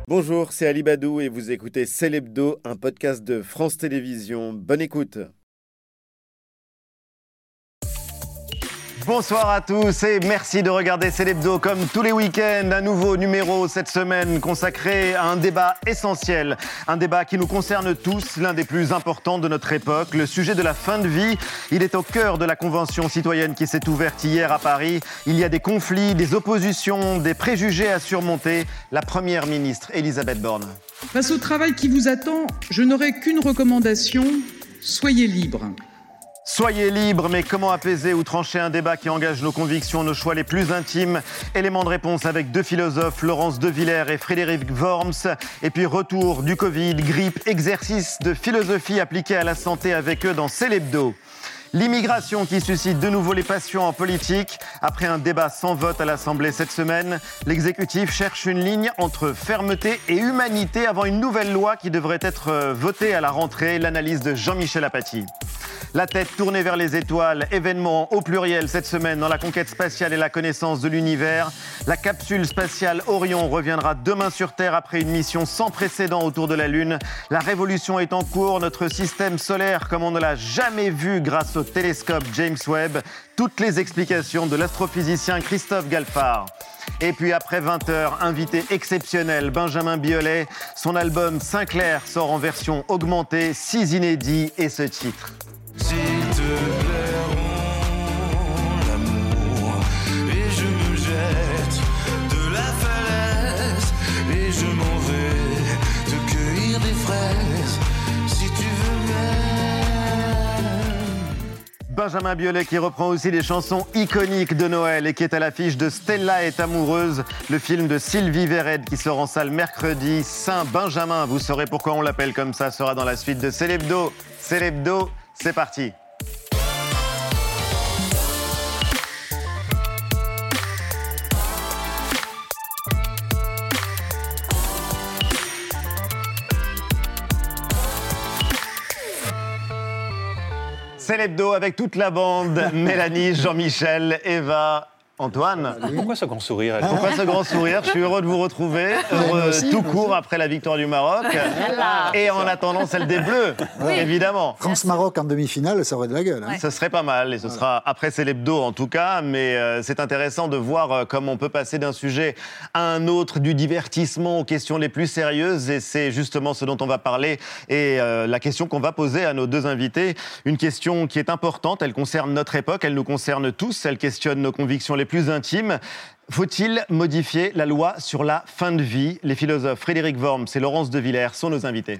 Bonjour, c'est Ali Badou et vous écoutez C'est l'Hebdo, un podcast de France Télévisions. Bonne écoute. Bonsoir à tous et merci de regarder C'est l'Hebdo comme tous les week-ends. Un nouveau numéro cette semaine consacré à un débat essentiel. Un débat qui nous concerne tous, l'un des plus importants de notre époque. Le sujet de la fin de vie, il est au cœur de la Convention citoyenne qui s'est ouverte hier à Paris. Il y a des conflits, des oppositions, des préjugés à surmonter. La Première ministre Elisabeth Borne. Face au travail qui vous attend, je n'aurai qu'une recommandation, soyez libres. Soyez libres, mais comment apaiser ou trancher un débat qui engage nos convictions, nos choix les plus intimes? Éléments de réponse avec deux philosophes, Laurence De Villers et Frédéric Worms. Et puis retour du Covid, grippe, exercice de philosophie appliquée à la santé avec eux dans C'est l'Hebdo. L'immigration qui suscite de nouveau les passions en politique. Après un débat sans vote à l'Assemblée cette semaine, l'exécutif cherche une ligne entre fermeté et humanité avant une nouvelle loi qui devrait être votée à la rentrée. L'analyse de Jean-Michel Apathy. La tête tournée vers les étoiles, événements au pluriel cette semaine dans la conquête spatiale et la connaissance de l'univers. La capsule spatiale Orion reviendra demain sur Terre après une mission sans précédent autour de la Lune. La révolution est en cours, notre système solaire comme on ne l'a jamais vu grâce au télescope James Webb. Toutes les explications de l'astrophysicien Christophe Galfard. Et puis après 20h, invité exceptionnel, Benjamin Biolay. Son album Sinclair sort en version augmentée, 6 inédits et ce titre. S'il te plaît, rends l'amour et je me jette de la falaise et je m'en vais te cueillir des fraises si tu veux même. Benjamin Biolay qui reprend aussi des chansons iconiques de Noël et qui est à l'affiche de Stella est amoureuse, le film de Sylvie Verred qui sort en salle mercredi. Saint-Benjamin, vous saurez pourquoi on l'appelle comme ça, sera dans la suite de C'est l'Hebdo. C'est l'Hebdo. C'est parti. C'est l'Hebdo avec toute la bande. Mélanie, Jean-Michel, Eva, Antoine. Pourquoi ce grand sourire? Pourquoi ce grand sourire? Je suis heureux de vous retrouver, heureux tout court après la victoire du Maroc et en attendant celle des Bleus, évidemment. France-Maroc en demi-finale, ça aurait de la gueule. Ce serait pas mal et ce sera après C'est l'Hebdo en tout cas, mais c'est intéressant de voir comment on peut passer d'un sujet à un autre, du divertissement aux questions les plus sérieuses et c'est justement ce dont on va parler et la question qu'on va poser à nos deux invités. Une question qui est importante, elle concerne notre époque, elle nous concerne tous, elle questionne nos convictions les plus intimes. Faut-il modifier la loi sur la fin de vie? Les philosophes Frédéric Worms et Laurence De Villers sont nos invités.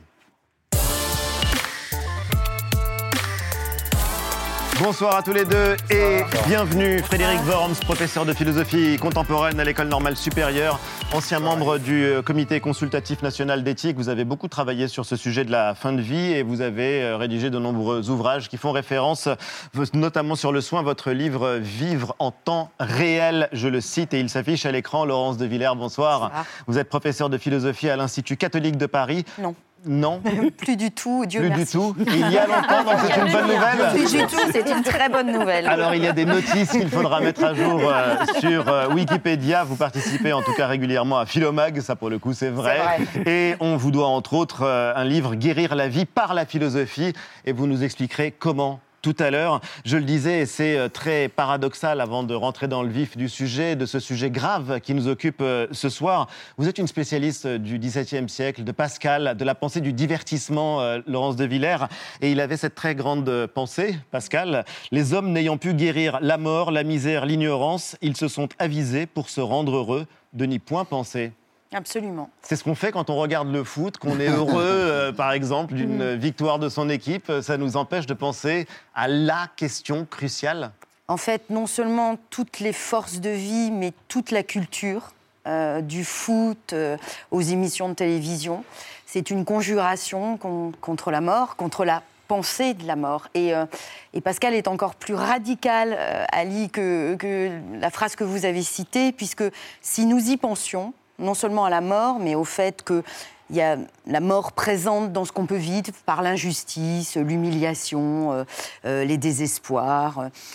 Bonsoir à tous les deux et bienvenue Frédéric Worms, professeur de philosophie contemporaine à l'École normale supérieure, ancien membre du comité consultatif national d'éthique. Vous avez beaucoup travaillé sur ce sujet de la fin de vie et vous avez rédigé de nombreux ouvrages qui font référence notamment sur le soin. Votre livre « Vivre en temps réel », je le cite et il s'affiche à l'écran. Laurence De Villers, bonsoir. Vous êtes professeur de philosophie à l'Institut catholique de Paris. Non. Plus du tout, Dieu Plus merci. Du tout. Il y a longtemps, donc c'est une bonne nouvelle. Plus du tout, c'est une très bonne nouvelle. Alors, il y a des notices qu'il faudra mettre à jour sur Wikipédia. Vous participez en tout cas régulièrement à Philomag, ça pour le coup c'est vrai. Et on vous doit entre autres un livre, Guérir la vie par la philosophie. Et vous nous expliquerez comment. Tout à l'heure, je le disais, et c'est très paradoxal avant de rentrer dans le vif du sujet, de ce sujet grave qui nous occupe ce soir. Vous êtes une spécialiste du XVIIe siècle, de Pascal, de la pensée du divertissement, Laurence De Villers. Et il avait cette très grande pensée, Pascal. Les hommes n'ayant pu guérir la mort, la misère, l'ignorance, ils se sont avisés pour se rendre heureux de n'y point penser. Absolument. C'est ce qu'on fait quand on regarde le foot, qu'on est heureux, par exemple, d'une victoire de son équipe. Ça nous empêche de penser à la question cruciale. En fait, non seulement toutes les forces de vie, mais toute la culture, du foot aux émissions de télévision. C'est une conjuration contre la mort, contre la pensée de la mort. Et Pascal est encore plus radical, Ali, que la phrase que vous avez citée, puisque si nous y pensions, non seulement à la mort, mais au fait qu'il y a la mort présente dans ce qu'on peut vivre par l'injustice, l'humiliation, les désespoirs.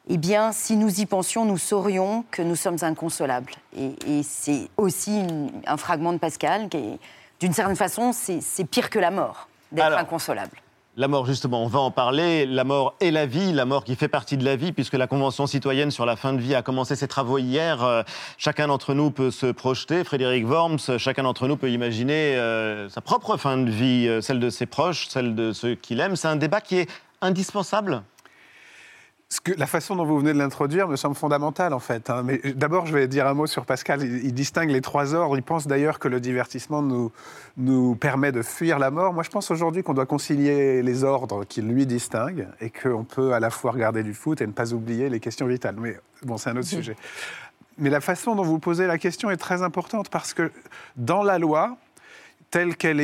eh bien, si nous y pensions, nous saurions que nous sommes inconsolables. Et c'est aussi un fragment de Pascal qui est, d'une certaine façon, c'est pire que la mort, d'être inconsolable. La mort, justement, on va en parler. La mort et la vie, la mort qui fait partie de la vie, puisque la Convention citoyenne sur la fin de vie a commencé ses travaux hier. Chacun d'entre nous peut se projeter. Frédéric Worms, chacun d'entre nous peut imaginer sa propre fin de vie, celle de ses proches, celle de ceux qu'il aime. C'est un débat qui est indispensable. La façon dont vous venez de l'introduire me semble fondamentale, en fait. Mais d'abord, je vais dire un mot sur Pascal. Il distingue les 3 ordres. Il pense d'ailleurs que le divertissement nous permet de fuir la mort. Moi, je pense aujourd'hui qu'on doit concilier les ordres qui lui distinguent et qu'on peut à la fois regarder du foot et ne pas oublier les questions vitales. Mais bon, c'est un autre sujet. Mais la façon dont vous posez la question est très importante parce que dans la loi, telle qu'elle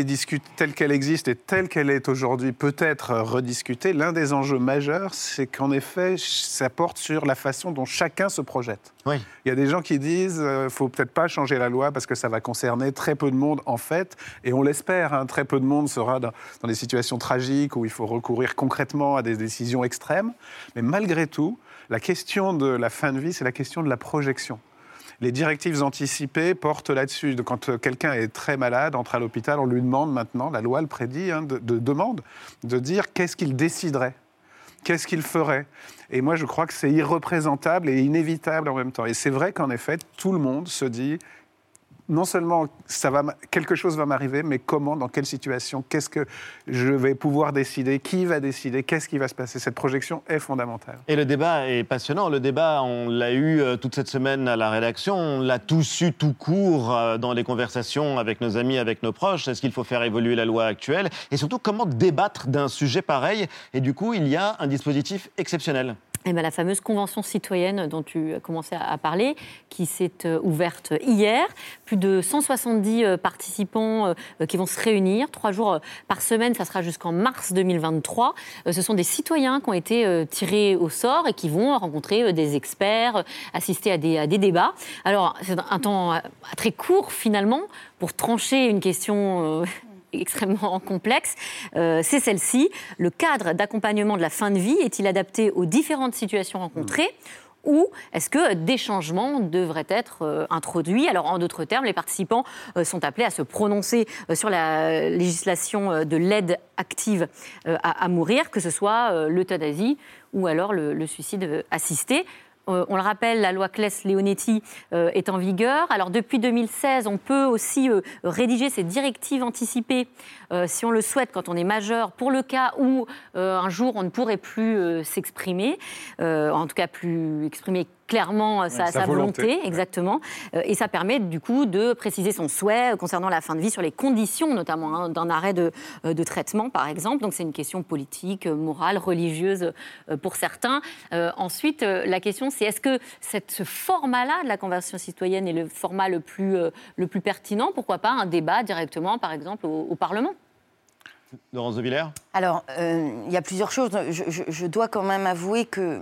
existe et telle qu'elle est aujourd'hui, peut être rediscutée. L'un des enjeux majeurs, c'est qu'en effet, ça porte sur la façon dont chacun se projette. Oui. Il y a des gens qui disent ne faut peut-être pas changer la loi parce que ça va concerner très peu de monde, en fait. Et on l'espère, très peu de monde sera dans des situations tragiques où il faut recourir concrètement à des décisions extrêmes. Mais malgré tout, la question de la fin de vie, c'est la question de la projection. Les directives anticipées portent là-dessus. Quand quelqu'un est très malade, entre à l'hôpital, on lui demande maintenant, la loi le prédit, demande de dire qu'est-ce qu'il déciderait, qu'est-ce qu'il ferait. Et moi, je crois que c'est irreprésentable et inévitable en même temps. Et c'est vrai qu'en effet, tout le monde se dit, non seulement quelque chose va m'arriver, mais comment, dans quelle situation, qu'est-ce que je vais pouvoir décider, qui va décider, qu'est-ce qui va se passer. Cette projection est fondamentale. Et le débat est passionnant. Le débat, on l'a eu toute cette semaine à la rédaction, on l'a tous eu tout court dans les conversations avec nos amis, avec nos proches. Est-ce qu'il faut faire évoluer la loi actuelle ? Et surtout, comment débattre d'un sujet pareil ? Et du coup, il y a un dispositif exceptionnel. Eh bien, la fameuse convention citoyenne dont tu as commencé à parler, qui s'est ouverte hier. Plus de 170 participants qui vont se réunir 3 jours par semaine. Ça sera jusqu'en mars 2023. Ce sont des citoyens qui ont été tirés au sort et qui vont rencontrer des experts, assister à des débats. Alors, c'est un temps très court, finalement, pour trancher une question extrêmement complexe, c'est celle-ci. Le cadre d'accompagnement de la fin de vie est-il adapté aux différentes situations rencontrées ? Ou est-ce que des changements devraient être introduits ? Alors, en d'autres termes, les participants sont appelés à se prononcer sur la législation de l'aide active à mourir, que ce soit l'euthanasie ou alors le suicide assisté. On le rappelle, la loi Claes-Leonetti est en vigueur. Alors, depuis 2016, on peut aussi rédiger ces directives anticipées, si on le souhaite, quand on est majeur, pour le cas où un jour on ne pourrait plus s'exprimer, en tout cas plus exprimer clairement sa volonté, exactement. Et ça permet du coup de préciser son souhait concernant la fin de vie sur les conditions, notamment d'un arrêt de traitement, par exemple. Donc c'est une question politique, morale, religieuse pour certains. Ensuite, la question c'est est-ce que ce format-là de la Convention citoyenne est le format le plus pertinent ? Pourquoi pas un débat directement, par exemple, au Parlement ? Laurence de Villers ? Alors, il y a plusieurs choses. Je dois quand même avouer que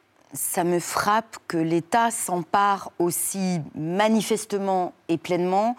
ça me frappe que l'État s'empare aussi manifestement et pleinement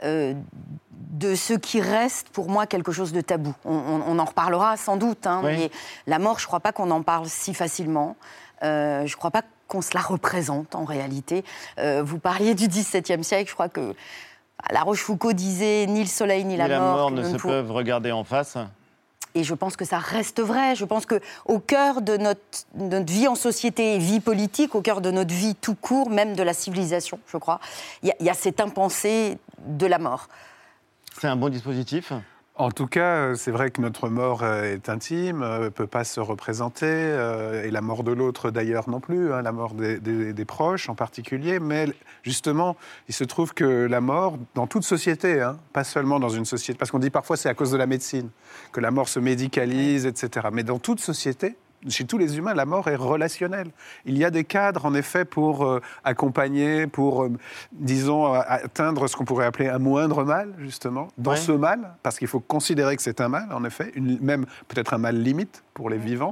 de ce qui reste pour moi quelque chose de tabou. On en reparlera sans doute, mais la mort, je ne crois pas qu'on en parle si facilement. Je ne crois pas qu'on se la représente en réalité. Vous parliez du XVIIe siècle, je crois que La Rochefoucauld disait « ni le soleil ni la mort ne se peuvent regarder en face ». Et je pense que ça reste vrai. Je pense qu'au cœur de notre vie en société, vie politique, au cœur de notre vie tout court, même de la civilisation, je crois, il y a cette impensée de la mort. C'est un bon dispositif ? En tout cas, c'est vrai que notre mort est intime, ne peut pas se représenter, et la mort de l'autre d'ailleurs non plus, la mort des proches en particulier, mais justement, il se trouve que la mort, dans toute société, pas seulement dans une société, parce qu'on dit parfois c'est à cause de la médecine, que la mort se médicalise, etc. Mais dans toute société, chez tous les humains, la mort est relationnelle. Il y a des cadres, en effet, pour accompagner, pour, disons, atteindre ce qu'on pourrait appeler un moindre mal, justement, dans ce mal, parce qu'il faut considérer que c'est un mal, en effet, même peut-être un mal limite pour les vivants.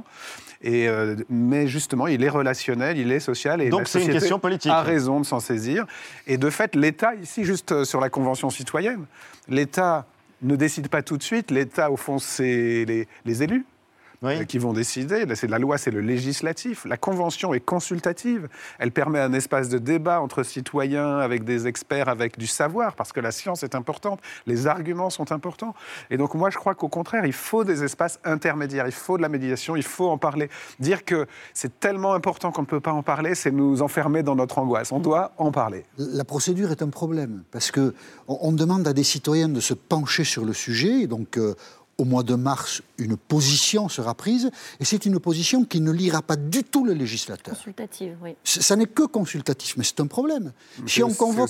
Mais justement, il est relationnel, il est social. Et donc c'est une question politique. A raison de s'en saisir. Et de fait, l'État, ici, juste sur la Convention citoyenne, l'État ne décide pas tout de suite. L'État, au fond, c'est les élus. qui vont décider. La loi, c'est le législatif. La convention est consultative. Elle permet un espace de débat entre citoyens, avec des experts, avec du savoir, parce que la science est importante, les arguments sont importants. Et donc moi, je crois qu'au contraire, il faut des espaces intermédiaires, il faut de la médiation, il faut en parler. Dire que c'est tellement important qu'on ne peut pas en parler, c'est nous enfermer dans notre angoisse. On doit en parler. La procédure est un problème, parce qu'on demande à des citoyens de se pencher sur le sujet, et donc au mois de mars, une position sera prise, et c'est une position qui ne lira pas du tout le législateur. Consultative, oui. Ça n'est que consultatif, mais c'est un problème. Si on convoque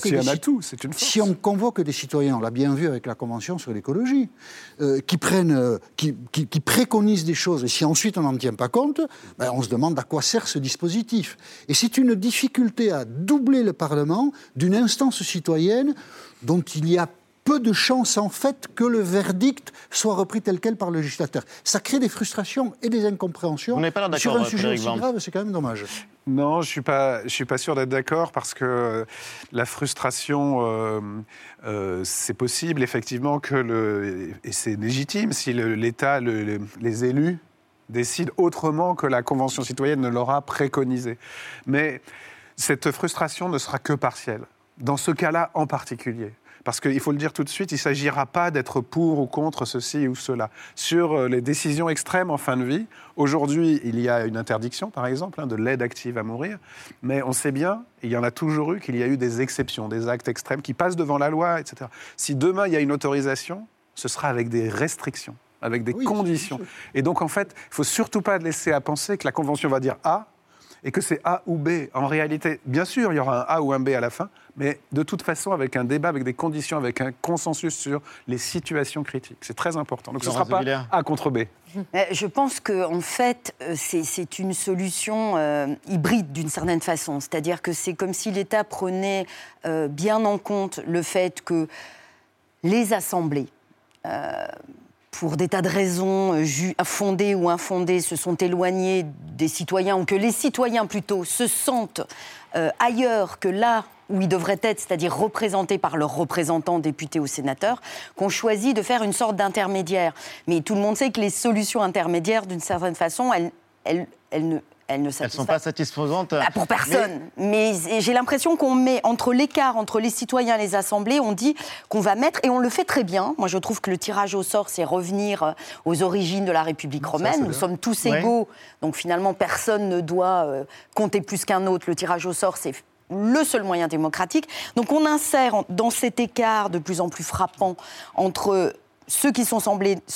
des citoyens, on l'a bien vu avec la Convention sur l'écologie, qui préconisent des choses, et si ensuite on n'en tient pas compte, on se demande à quoi sert ce dispositif. Et c'est une difficulté à doubler le Parlement d'une instance citoyenne dont il y a peu de chances, en fait, que le verdict soit repris tel quel par le législateur. Ça crée des frustrations et des incompréhensions. Vous n'êtes pas là d'accord, sur un sujet Frédéric aussi Worms. grave, c'est quand même dommage. Non, je suis pas sûr d'être d'accord, parce que la frustration, c'est possible, effectivement, et c'est légitime si l'État, les élus, décident autrement que la Convention citoyenne ne l'aura préconisé. Mais cette frustration ne sera que partielle, dans ce cas-là en particulier. Parce qu'il faut le dire tout de suite, il ne s'agira pas d'être pour ou contre ceci ou cela. Sur les décisions extrêmes en fin de vie, aujourd'hui, il y a une interdiction, par exemple, de l'aide active à mourir, mais on sait bien, et il y en a toujours eu, qu'il y a eu des exceptions, des actes extrêmes qui passent devant la loi, etc. Si demain, il y a une autorisation, ce sera avec des restrictions, avec des conditions. Et donc, en fait, il ne faut surtout pas laisser à penser que la Convention va dire A, et que c'est A ou B. En réalité, bien sûr, il y aura un A ou un B à la fin, mais de toute façon, avec un débat, avec des conditions, avec un consensus sur les situations critiques. C'est très important. Donc ce ne sera pas A contre B. Je pense qu'en fait, c'est une solution hybride d'une certaine façon. C'est-à-dire que c'est comme si l'État prenait bien en compte le fait que les assemblées... pour des tas de raisons fondées ou infondées, se sont éloignés des citoyens, ou que les citoyens, plutôt, se sentent ailleurs que là où ils devraient être, c'est-à-dire représentés par leurs représentants, députés ou sénateurs, qu'on choisit de faire une sorte d'intermédiaire. Mais tout le monde sait que les solutions intermédiaires, d'une certaine façon, elles ne sont pas satisfaisantes. Pour personne. Mais j'ai l'impression qu'on met entre l'écart entre les citoyens et les assemblées, on dit qu'on va mettre, et on le fait très bien. Moi, je trouve que le tirage au sort, c'est revenir aux origines de la République romaine. Nous sommes tous égaux, donc finalement, personne ne doit compter plus qu'un autre. Le tirage au sort, c'est le seul moyen démocratique. Donc on insère dans cet écart de plus en plus frappant entre ceux qui sont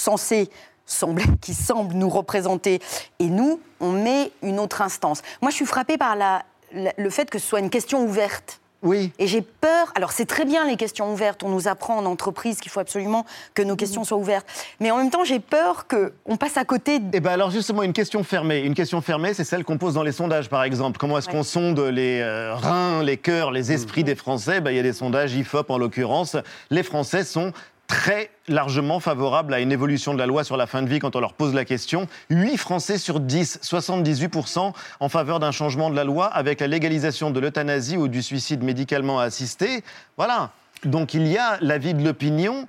qui semblent nous représenter, et nous, on met une autre instance. Moi, je suis frappée par le fait que ce soit une question ouverte. Oui. Et j'ai peur... Alors, c'est très bien, les questions ouvertes. On nous apprend en entreprise qu'il faut absolument que nos questions soient ouvertes. Mais en même temps, j'ai peur qu'on passe à côté... Eh bien, alors, justement, une question fermée. Une question fermée, c'est celle qu'on pose dans les sondages, par exemple. Comment est-ce qu'on sonde les reins, les cœurs, les esprits des Français ? Il y a des sondages IFOP, en l'occurrence. Les Français sont très largement favorables à une évolution de la loi sur la fin de vie quand on leur pose la question. 8 Français sur 10, 78% en faveur d'un changement de la loi avec la légalisation de l'euthanasie ou du suicide médicalement assisté. Voilà. Donc il y a l'avis de l'opinion.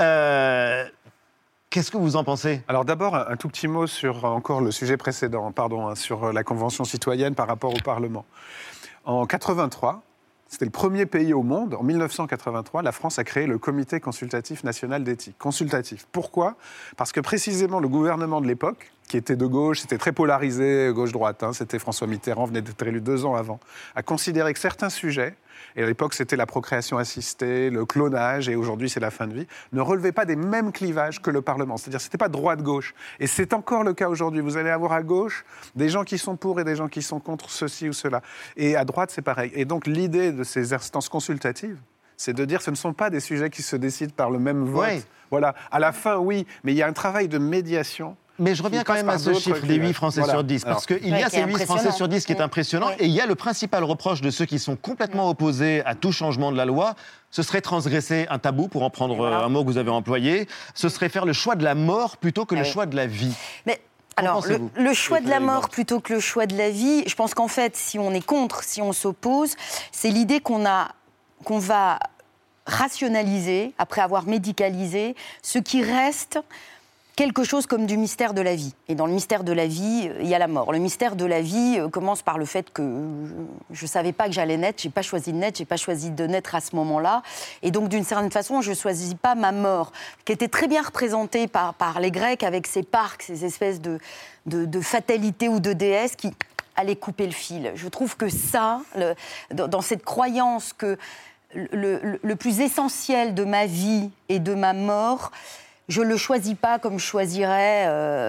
Qu'est-ce que vous en pensez ? Alors d'abord, un tout petit mot sur encore le sujet précédent, sur la Convention citoyenne par rapport au Parlement. En 83, c'était le premier pays au monde, en 1983, la France a créé le Comité consultatif national d'éthique. Consultatif. Pourquoi ? Parce que précisément le gouvernement de l'époque, qui était de gauche, c'était très polarisé, gauche-droite, c'était François Mitterrand, venait d'être élu 2 ans avant, a considéré que certains sujets, et à l'époque c'était la procréation assistée, le clonage, et aujourd'hui c'est la fin de vie, ne relevaient pas des mêmes clivages que le Parlement. C'est-à-dire que ce n'était pas droite-gauche. Et c'est encore le cas aujourd'hui. Vous allez avoir à gauche des gens qui sont pour et des gens qui sont contre ceci ou cela. Et à droite c'est pareil. Et donc l'idée de ces instances consultatives, c'est de dire que ce ne sont pas des sujets qui se décident par le même vote. Oui. Voilà. À la fin, oui, mais il y a un travail de médiation. Mais je reviens quand même à ce chiffre des 8 Français sur 10, parce qu'il y a ces 8 Français sur 10 qui est impressionnant, et il y a le principal reproche de ceux qui sont complètement opposés à tout changement de la loi, ce serait transgresser un tabou, pour en prendre un mot que vous avez employé, ce serait faire le choix de la mort plutôt que le choix de la vie. Mais... Alors, le choix de la mort plutôt que le choix de la vie, je pense qu'en fait, si on est contre, si on s'oppose, c'est l'idée qu'on va rationaliser, après avoir médicalisé, ce qui reste quelque chose comme du mystère de la vie. Et dans le mystère de la vie, il y a la mort. Le mystère de la vie commence par le fait que je ne savais pas que j'allais naître, je n'ai pas choisi de naître, je n'ai pas choisi de naître à ce moment-là. Et donc, d'une certaine façon, je ne choisis pas ma mort, qui était très bien représentée par les Grecs avec ces parcs, ces espèces de fatalité ou de déesse qui allaient couper le fil. Je trouve que ça, dans cette croyance que le plus essentiel de ma vie et de ma mort, je ne le choisis pas comme je choisirais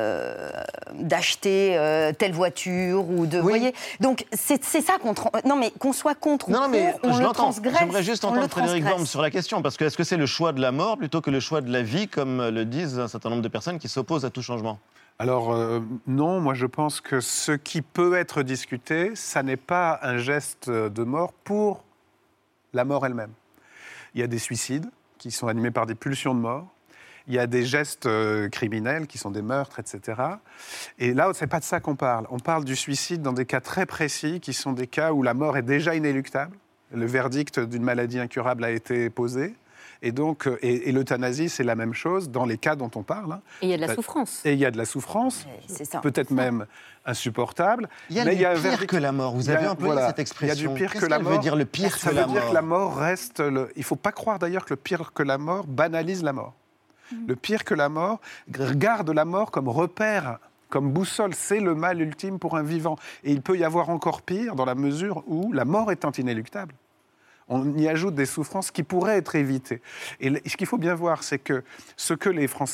d'acheter telle voiture ou de... Oui. Vous voyez ? Donc, c'est ça qu'on... Non, mais qu'on soit contre ou pour, on le transgresse. J'aimerais juste entendre Frédéric Worms sur la question, parce que est-ce que c'est le choix de la mort plutôt que le choix de la vie, comme le disent un certain nombre de personnes qui s'opposent à tout changement ? Alors non, moi je pense que ce qui peut être discuté, ça n'est pas un geste de mort pour la mort elle-même. Il y a des suicides qui sont animés par des pulsions de mort. Il y a des gestes criminels qui sont des meurtres, etc. Et là, ce n'est pas de ça qu'on parle. On parle du suicide dans des cas très précis, qui sont des cas où la mort est déjà inéluctable. Le verdict d'une maladie incurable a été posé. Et donc, et l'euthanasie, c'est la même chose dans les cas dont on parle. Hein. Et il y a de la souffrance. Et il y a de la souffrance, peut-être même insupportable. Il y a le pire que la mort. Vous avez employé cette expression. Il y a du pire Qu'est-ce que la qu'elle mort. veut dire le pire que la mort ? Ça veut dire que la mort reste... Il ne faut pas croire d'ailleurs que le pire que la mort banalise la mort. Le pire que la mort garde la mort comme repère, comme boussole. C'est le mal ultime pour un vivant. Et il peut y avoir encore pire dans la mesure où la mort étant inéluctable, on y ajoute des souffrances qui pourraient être évitées. Et ce qu'il faut bien voir, c'est que ce à quoi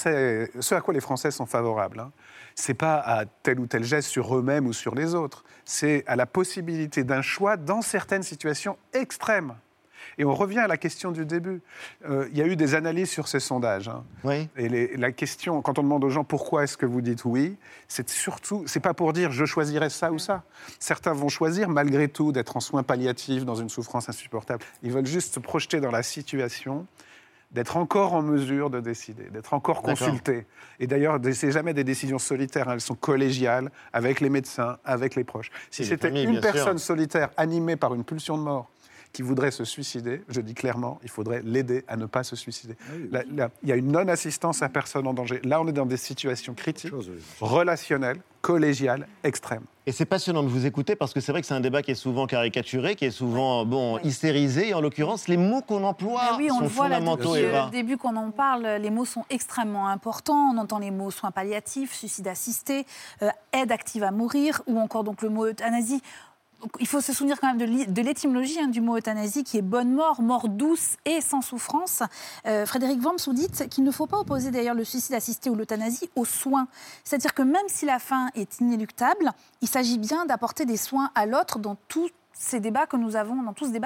les Français sont favorables, c'est pas à tel ou tel geste sur eux-mêmes ou sur les autres. C'est à la possibilité d'un choix dans certaines situations extrêmes. Et on revient à la question du début. Il y a eu des analyses sur ces sondages. Oui. Et la question, quand on demande aux gens pourquoi est-ce que vous dites oui, c'est pas pour dire je choisirais ça ou ça. Certains vont choisir malgré tout d'être en soins palliatifs dans une souffrance insupportable. Ils veulent juste se projeter dans la situation, d'être encore en mesure de décider, d'être encore consultés. Et d'ailleurs, ce n'est jamais des décisions solitaires, elles sont collégiales, avec les médecins, avec les proches. Si c'était une personne solitaire animée par une pulsion de mort, qui voudrait se suicider, je dis clairement, il faudrait l'aider à ne pas se suicider. Il y a une non-assistance à personne en danger. Là, on est dans des situations critiques, relationnelles, collégiales, extrêmes. Et c'est passionnant de vous écouter parce que c'est vrai que c'est un débat qui est souvent caricaturé, qui est souvent hystérisé. Et en l'occurrence, les mots qu'on emploie sont fondamentaux. Depuis le début qu'on en parle, les mots sont extrêmement importants. On entend les mots soins palliatifs, suicide assisté, aide active à mourir, ou encore donc le mot euthanasie. Il faut se souvenir quand même de l'étymologie du mot euthanasie, qui est bonne mort, mort douce et sans souffrance. Frédéric Worms, vous dites qu'il ne faut pas opposer d'ailleurs le suicide assisté ou l'euthanasie aux soins. C'est-à-dire que même si la fin est inéluctable, il s'agit bien d'apporter des soins à l'autre dans tous ces débats que nous avons,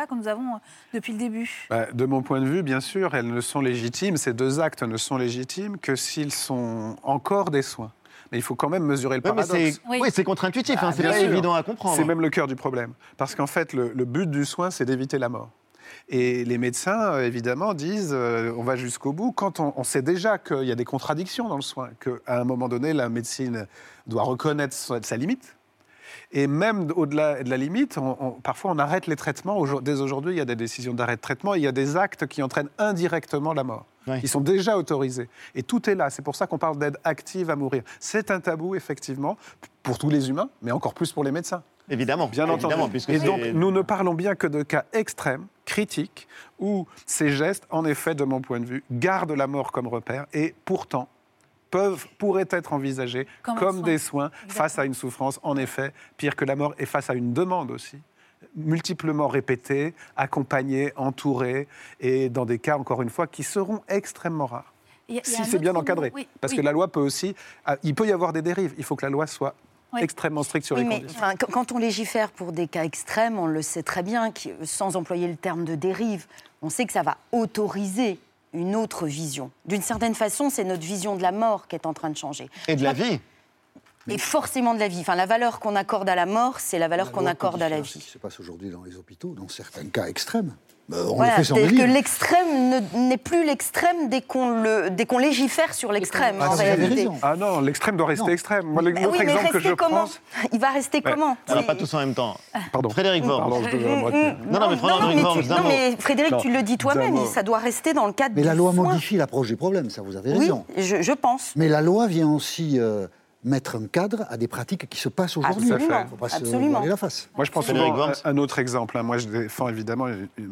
depuis le début. De mon point de vue, bien sûr, elles ne sont légitimes. Ces deux actes ne sont légitimes que s'ils sont encore des soins. Mais il faut quand même mesurer le paradoxe. Oui, c'est contre-intuitif, c'est pas évident à comprendre. C'est même le cœur du problème. Parce qu'en fait, le but du soin, c'est d'éviter la mort. Et les médecins, évidemment, disent on va jusqu'au bout. Quand on sait déjà qu'il y a des contradictions dans le soin, qu'à un moment donné, la médecine doit reconnaître sa limite. Et même au-delà de la limite, parfois on arrête les traitements. Dès aujourd'hui, il y a des décisions d'arrêt de traitement. Il y a des actes qui entraînent indirectement la mort, qui sont déjà autorisés. Et tout est là. C'est pour ça qu'on parle d'aide active à mourir. C'est un tabou, effectivement, pour tous les humains, mais encore plus pour les médecins. Évidemment. Bien entendu. Et donc, nous ne parlons bien que de cas extrêmes, critiques, où ces gestes, en effet, de mon point de vue, gardent la mort comme repère et pourtant pourraient être envisagés comme des soins face à une souffrance, en effet, pire que la mort, et face à une demande aussi, multiplement répétée, accompagnée, entourée, et dans des cas, encore une fois, qui seront extrêmement rares. Si c'est bien encadré. Parce que la loi peut aussi... Il peut y avoir des dérives. Il faut que la loi soit extrêmement stricte sur les conditions. Quand on légifère pour des cas extrêmes, on le sait très bien, sans employer le terme de dérive, on sait que ça va autoriser une autre vision. D'une certaine façon, c'est notre vision de la mort qui est en train de changer. Et de la vie. Et forcément de la vie. Enfin, la valeur qu'on accorde à la mort, c'est la valeur qu'on accorde à la vie. Ce qui se passe aujourd'hui dans les hôpitaux, dans certains cas extrêmes. C'est-à-dire que l'extrême n'est plus l'extrême dès qu'on légifère sur l'extrême, en réalité. Ah non, l'extrême doit rester extrême. Moi, l'autre exemple que je prends... Il va rester comment? Alors, pas tous en même temps. Pardon. Frédéric Worms. Non, mais Frédéric, tu le dis toi-même, ça doit rester dans le cadre Mais du la loi soin. modifie l'approche du problème, ça vous avez raison. Oui, je pense. Mais la loi vient aussi... mettre un cadre à des pratiques qui se passent aujourd'hui. Absolument. Il ne faut pas se voiler la face. Moi, je pense souvent à un autre exemple. Moi, je défends évidemment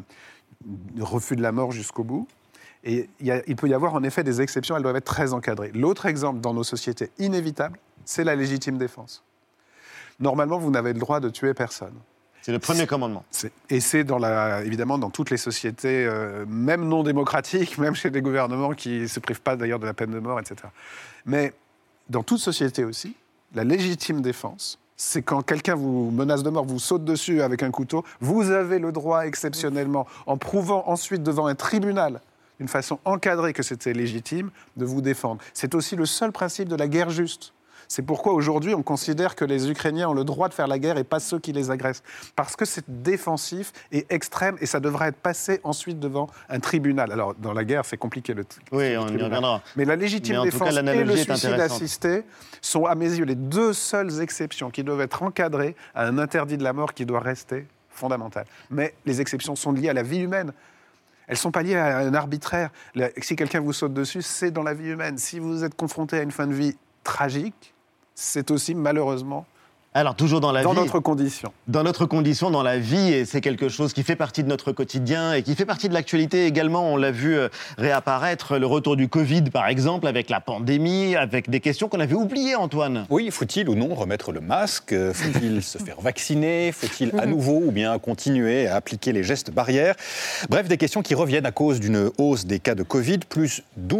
le refus de la mort jusqu'au bout. Et il peut y avoir en effet des exceptions, elles doivent être très encadrées. L'autre exemple dans nos sociétés inévitable, c'est la légitime défense. Normalement, vous n'avez le droit de tuer personne. C'est le premier commandement. Et c'est évidemment dans toutes les sociétés, même non démocratiques, même chez des gouvernements qui ne se privent pas d'ailleurs de la peine de mort, etc. Mais dans toute société aussi, la légitime défense, c'est quand quelqu'un vous menace de mort, vous saute dessus avec un couteau, vous avez le droit exceptionnellement, en prouvant ensuite devant un tribunal, d'une façon encadrée que c'était légitime, de vous défendre. C'est aussi le seul principe de la guerre juste. C'est pourquoi aujourd'hui on considère que les Ukrainiens ont le droit de faire la guerre et pas ceux qui les agressent. Parce que c'est défensif et extrême et ça devrait être passé ensuite devant un tribunal. Alors dans la guerre c'est compliqué Oui, on y reviendra. Mais la légitime défense et le suicide assisté sont à mes yeux les deux seules exceptions qui doivent être encadrées à un interdit de la mort qui doit rester fondamental. Mais les exceptions sont liées à la vie humaine. Elles ne sont pas liées à un arbitraire. Si quelqu'un vous saute dessus, c'est dans la vie humaine. Si vous êtes confronté à une fin de vie tragique, c'est aussi malheureusement Alors, toujours dans la vie. Dans notre condition. Dans notre condition, dans la vie, et c'est quelque chose qui fait partie de notre quotidien et qui fait partie de l'actualité également. On l'a vu réapparaître, le retour du Covid, par exemple, avec la pandémie, avec des questions qu'on avait oubliées, Antoine. Oui, faut-il ou non remettre le masque ? Faut-il se faire vacciner ? Faut-il à nouveau ou bien continuer à appliquer les gestes barrières ? Bref, des questions qui reviennent à cause d'une hausse des cas de Covid, plus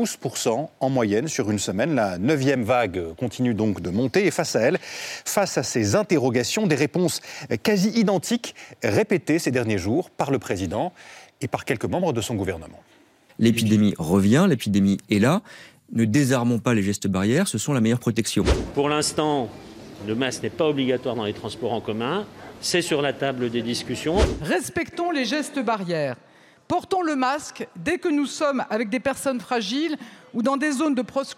12% en moyenne sur une semaine. La 9e vague continue donc de monter et face à elle, face à ces interrogations, des réponses quasi identiques répétées ces derniers jours par le président et par quelques membres de son gouvernement. L'épidémie revient, l'épidémie est là. Ne désarmons pas les gestes barrières, ce sont la meilleure protection. Pour l'instant, le masque n'est pas obligatoire dans les transports en commun. C'est sur la table des discussions. Respectons les gestes barrières. Portons le masque dès que nous sommes avec des personnes fragiles ou dans des zones de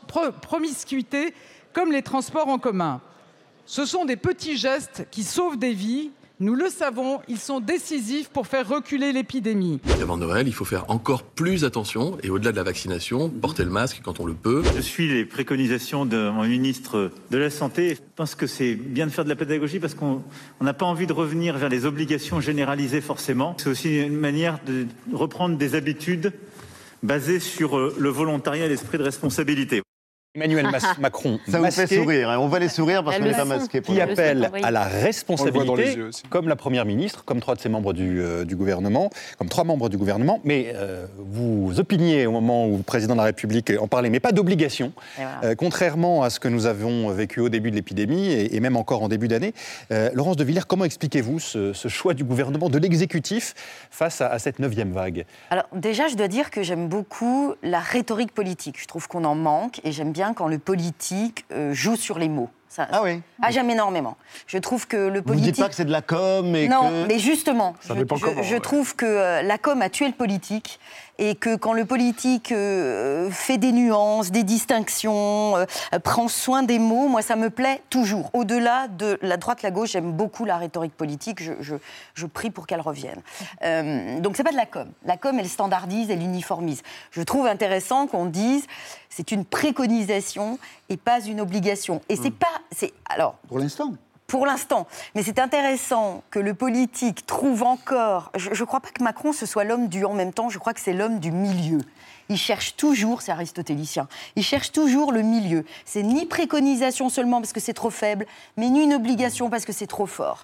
promiscuité comme les transports en commun. Ce sont des petits gestes qui sauvent des vies. Nous le savons, ils sont décisifs pour faire reculer l'épidémie. Avant Noël, il faut faire encore plus attention et au-delà de la vaccination, porter le masque quand on le peut. Je suis les préconisations de mon ministre de la Santé. Je pense que c'est bien de faire de la pédagogie parce qu'on n'a pas envie de revenir vers les obligations généralisées forcément. C'est aussi une manière de reprendre des habitudes basées sur le volontariat et l'esprit de responsabilité. Emmanuel Macron, ça vous fait sourire, hein. On va les sourire parce qu'on n'est pas masqué. Qui appelle à la responsabilité, comme la Première ministre, comme 3 de ses membres du gouvernement, comme 3 membres du gouvernement. Mais vous opiniez au moment où le président de la République en parlait, mais pas d'obligation, voilà. Contrairement à ce que nous avons vécu au début de l'épidémie et même encore en début d'année. Laurence de Villers, comment expliquez-vous ce choix du gouvernement, de l'exécutif, face à cette 9e vague ? Alors déjà, je dois dire que j'aime beaucoup la rhétorique politique. Je trouve qu'on en manque et j'aime bien quand le politique joue sur les mots. Oui. J'aime énormément. Je trouve que le politique... Vous ne dites pas que c'est de la com et non, que... mais justement, je trouve que la com a tué le politique et que quand le politique fait des nuances, des distinctions, prend soin des mots, moi ça me plaît toujours. Au-delà de la droite, la gauche, j'aime beaucoup la rhétorique politique, je prie pour qu'elle revienne. Donc c'est pas de la com. La com, elle standardise, elle uniformise. Je trouve intéressant qu'on dise c'est une préconisation et pas une obligation. Et c'est pas... Alors, pour l'instant. Mais c'est intéressant que le politique trouve encore... Je ne crois pas que Macron, ce soit l'homme du en même temps, je crois que c'est l'homme du milieu. Il cherche toujours, c'est aristotélicien, il cherche toujours le milieu. C'est ni préconisation seulement parce que c'est trop faible, mais ni une obligation parce que c'est trop fort.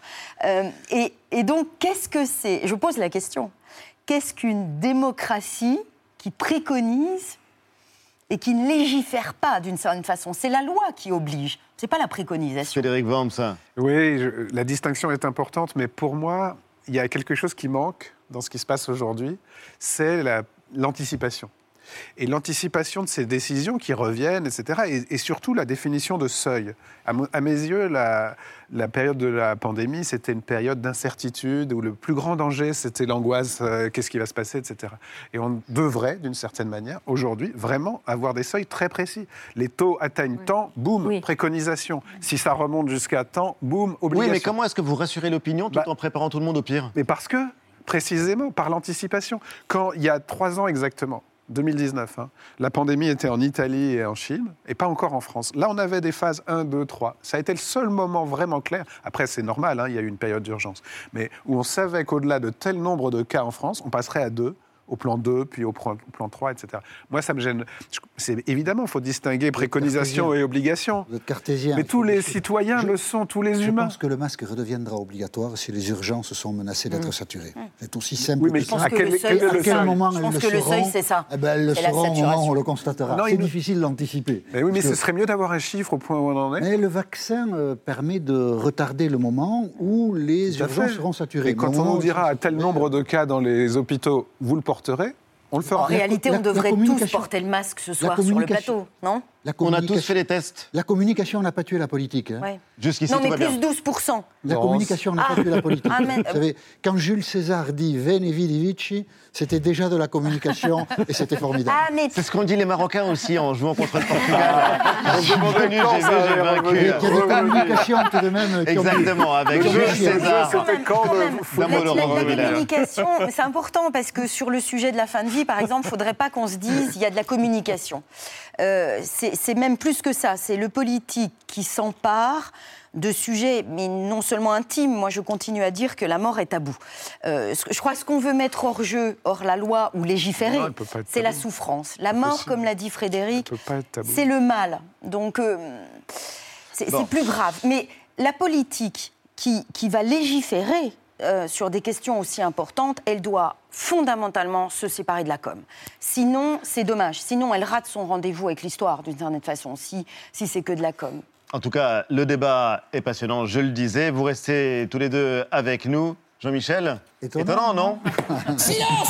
Et donc, qu'est-ce que c'est ? Je pose la question. Qu'est-ce qu'une démocratie qui préconise et qui ne légifère pas d'une certaine façon? C'est la loi qui oblige, c'est pas la préconisation. Frédéric Worms. Oui, la distinction est importante, mais pour moi, il y a quelque chose qui manque dans ce qui se passe aujourd'hui, c'est l'anticipation. Et l'anticipation de ces décisions qui reviennent, etc. Et surtout la définition de seuil. À mes yeux, la période de la pandémie, c'était une période d'incertitude où le plus grand danger, c'était l'angoisse, qu'est-ce qui va se passer, etc. Et on devrait, d'une certaine manière, aujourd'hui, vraiment avoir des seuils très précis. Les taux atteignent tant, boum, préconisation. Si ça remonte jusqu'à tant, boum, obligation. Oui, mais comment est-ce que vous rassurez l'opinion tout en préparant tout le monde au pire ? Mais parce que, précisément, par l'anticipation. Quand, il y a 3 ans exactement, 2019, la pandémie était en Italie et en Chine, et pas encore en France. Là, on avait des phases 1, 2, 3. Ça a été le seul moment vraiment clair. Après, c'est normal, il y a eu une période d'urgence. Mais où on savait qu'au-delà de tel nombre de cas en France, on passerait à 2, au plan 2, puis au plan 3, etc. Moi, ça me gêne. Évidemment, il faut distinguer préconisation et obligation. Vous êtes cartésien. Mais tous les citoyens le sont, tous les humains. Je pense que le masque redeviendra obligatoire si les urgences sont menacées d'être saturées. C'est aussi simple que ça. À quel moment elles le seront ? Je pense que le seuil, c'est ça. Elles le seront au moment où on le constatera. C'est difficile d'anticiper. Mais oui, mais ce serait mieux d'avoir un chiffre au point où on en est. Mais le vaccin permet de retarder le moment où les urgences seront saturées. Et quand on nous dira à tel nombre de cas dans les hôpitaux, vous le porterez, on le fera. En réalité, on devrait tous porter le masque ce soir sur le plateau, non ? On a tous fait les tests. La communication n'a pas tué la politique. Jusqu'ici, non, mais tout va plus bien. 12%. La communication n'a pas tué la politique. Vous savez, quand Jules César dit « Veni vidi vici », c'était déjà de la communication et c'était formidable. C'est ce qu'ont dit les Marocains aussi en jouant contre le Portugal. J'ai vaincu. Il y a des communications tout de même. Exactement, avec Jules César. La communication, c'est important parce que sur le sujet de la fin de vie, par exemple, il ne faudrait pas qu'on se dise il y a de la communication. C'est même plus que ça, c'est le politique qui s'empare de sujets, mais non seulement intimes. Moi, je continue à dire que la mort est tabou. Je crois que ce qu'on veut mettre hors jeu, hors la loi ou légiférer, c'est la souffrance. La mort, comme l'a dit Frédéric, c'est le mal. Donc, c'est plus grave. Mais la politique qui va légiférer sur des questions aussi importantes, elle doit fondamentalement se séparer de la com. Sinon, c'est dommage. Sinon, elle rate son rendez-vous avec l'histoire, d'une certaine façon, si c'est que de la com. En tout cas, le débat est passionnant, je le disais. Vous restez tous les deux avec nous. Jean-Michel ? Étonnant, non ? Silence !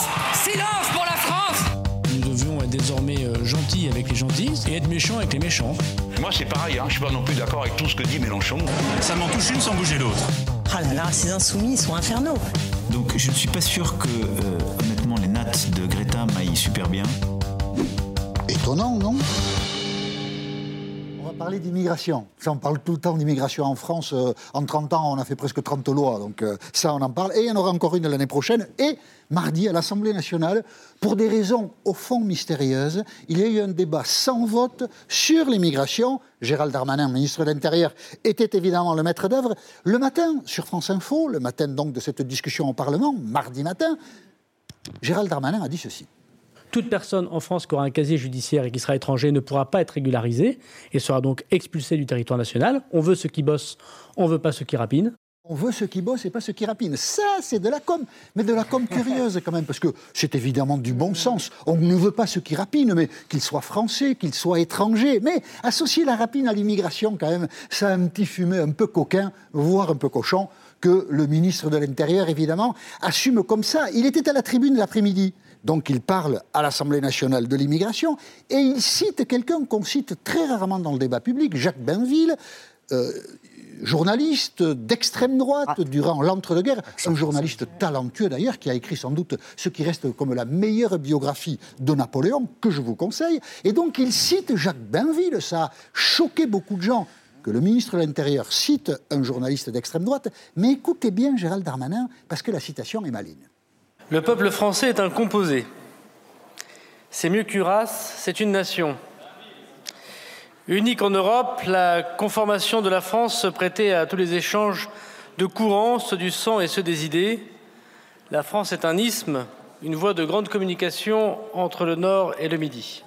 Silence pour la France ! Nous devions être désormais gentils avec les gentils et être méchants avec les méchants. Moi, c'est pareil, je ne suis pas non plus d'accord avec tout ce que dit Mélenchon. Ça m'en touche une sans bouger l'autre. Ah là là, ces insoumis, ils sont infernaux. Donc je ne suis pas sûr que, honnêtement, les nattes de Greta m'aillent super bien. Étonnant, non ? On va parler d'immigration. Ça, on parle tout le temps d'immigration en France. En 30 ans, on a fait presque 30 lois, donc ça, on en parle. Et il y en aura encore une l'année prochaine. Et mardi, à l'Assemblée nationale, pour des raisons au fond mystérieuses, il y a eu un débat sans vote sur l'immigration. Gérald Darmanin, ministre de l'Intérieur, était évidemment le maître d'œuvre. Le matin, sur France Info, le matin donc de cette discussion au Parlement, mardi matin, Gérald Darmanin a dit ceci. Toute personne en France qui aura un casier judiciaire et qui sera étranger ne pourra pas être régularisée et sera donc expulsée du territoire national. On veut ceux qui bossent, on ne veut pas ceux qui rapinent. On veut ceux qui bossent et pas ceux qui rapinent. Ça, c'est de la com, mais de la com curieuse quand même, parce que c'est évidemment du bon sens. On ne veut pas ceux qui rapinent, mais qu'ils soient français, qu'ils soient étrangers. Mais associer la rapine à l'immigration, quand même, ça a un petit fumet un peu coquin, voire un peu cochon, que le ministre de l'Intérieur, évidemment, assume comme ça. Il était à la tribune l'après-midi. Donc il parle à l'Assemblée nationale de l'immigration et il cite quelqu'un qu'on cite très rarement dans le débat public, Jacques Bainville, journaliste d'extrême droite durant l'entre-deux-guerres, un journaliste talentueux d'ailleurs qui a écrit sans doute ce qui reste comme la meilleure biographie de Napoléon, que je vous conseille. Et donc il cite Jacques Bainville, ça a choqué beaucoup de gens que le ministre de l'Intérieur cite un journaliste d'extrême droite, mais écoutez bien Gérald Darmanin, parce que la citation est maligne. Le peuple français est un composé. C'est mieux qu'une race, c'est une nation. Unique en Europe, la conformation de la France se prêtait à tous les échanges de courants, ceux du sang et ceux des idées. La France est un isthme, une voie de grande communication entre le Nord et le Midi.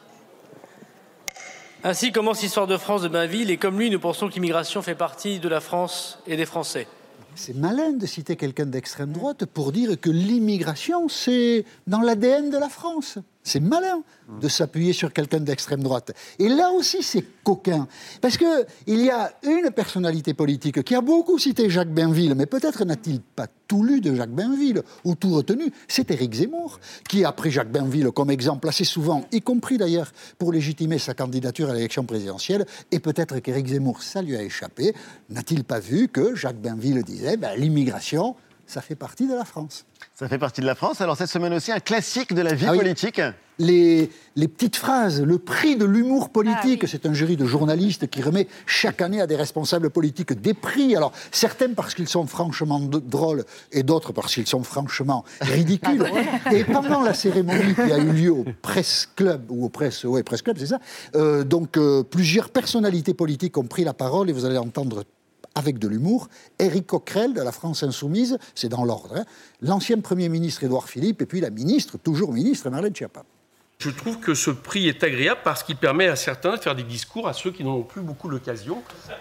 Ainsi commence l'histoire de France de Bainville, et comme lui, nous pensons que l'immigration fait partie de la France et des Français. C'est malin de citer quelqu'un d'extrême droite pour dire que l'immigration, c'est dans l'ADN de la France. C'est malin de s'appuyer sur quelqu'un d'extrême droite. Et là aussi, c'est coquin. Parce qu'il y a une personnalité politique qui a beaucoup cité Jacques Bainville, mais peut-être n'a-t-il pas tout lu de Jacques Bainville, ou tout retenu. C'est Éric Zemmour, qui a pris Jacques Bainville comme exemple assez souvent, y compris d'ailleurs pour légitimer sa candidature à l'élection présidentielle. Et peut-être qu'Éric Zemmour, ça lui a échappé. N'a-t-il pas vu que Jacques Bainville disait l'immigration, ça fait partie de la France. Ça fait partie de la France. Alors cette semaine aussi, un classique de la vie politique. Les petites phrases, le prix de l'humour politique, c'est un jury de journalistes qui remet chaque année à des responsables politiques des prix. Alors certains parce qu'ils sont franchement drôles et d'autres parce qu'ils sont franchement ridicules. Et pendant la cérémonie qui a eu lieu au Press Club, ou au Press Club, c'est ça, plusieurs personnalités politiques ont pris la parole et vous allez entendre avec de l'humour, Éric Coquerel de la France Insoumise, c'est dans l'ordre, l'ancien Premier ministre Édouard Philippe, et puis la ministre, toujours ministre, Marlène Schiappa. Je trouve que ce prix est agréable parce qu'il permet à certains de faire des discours à ceux qui n'en ont plus beaucoup l'occasion.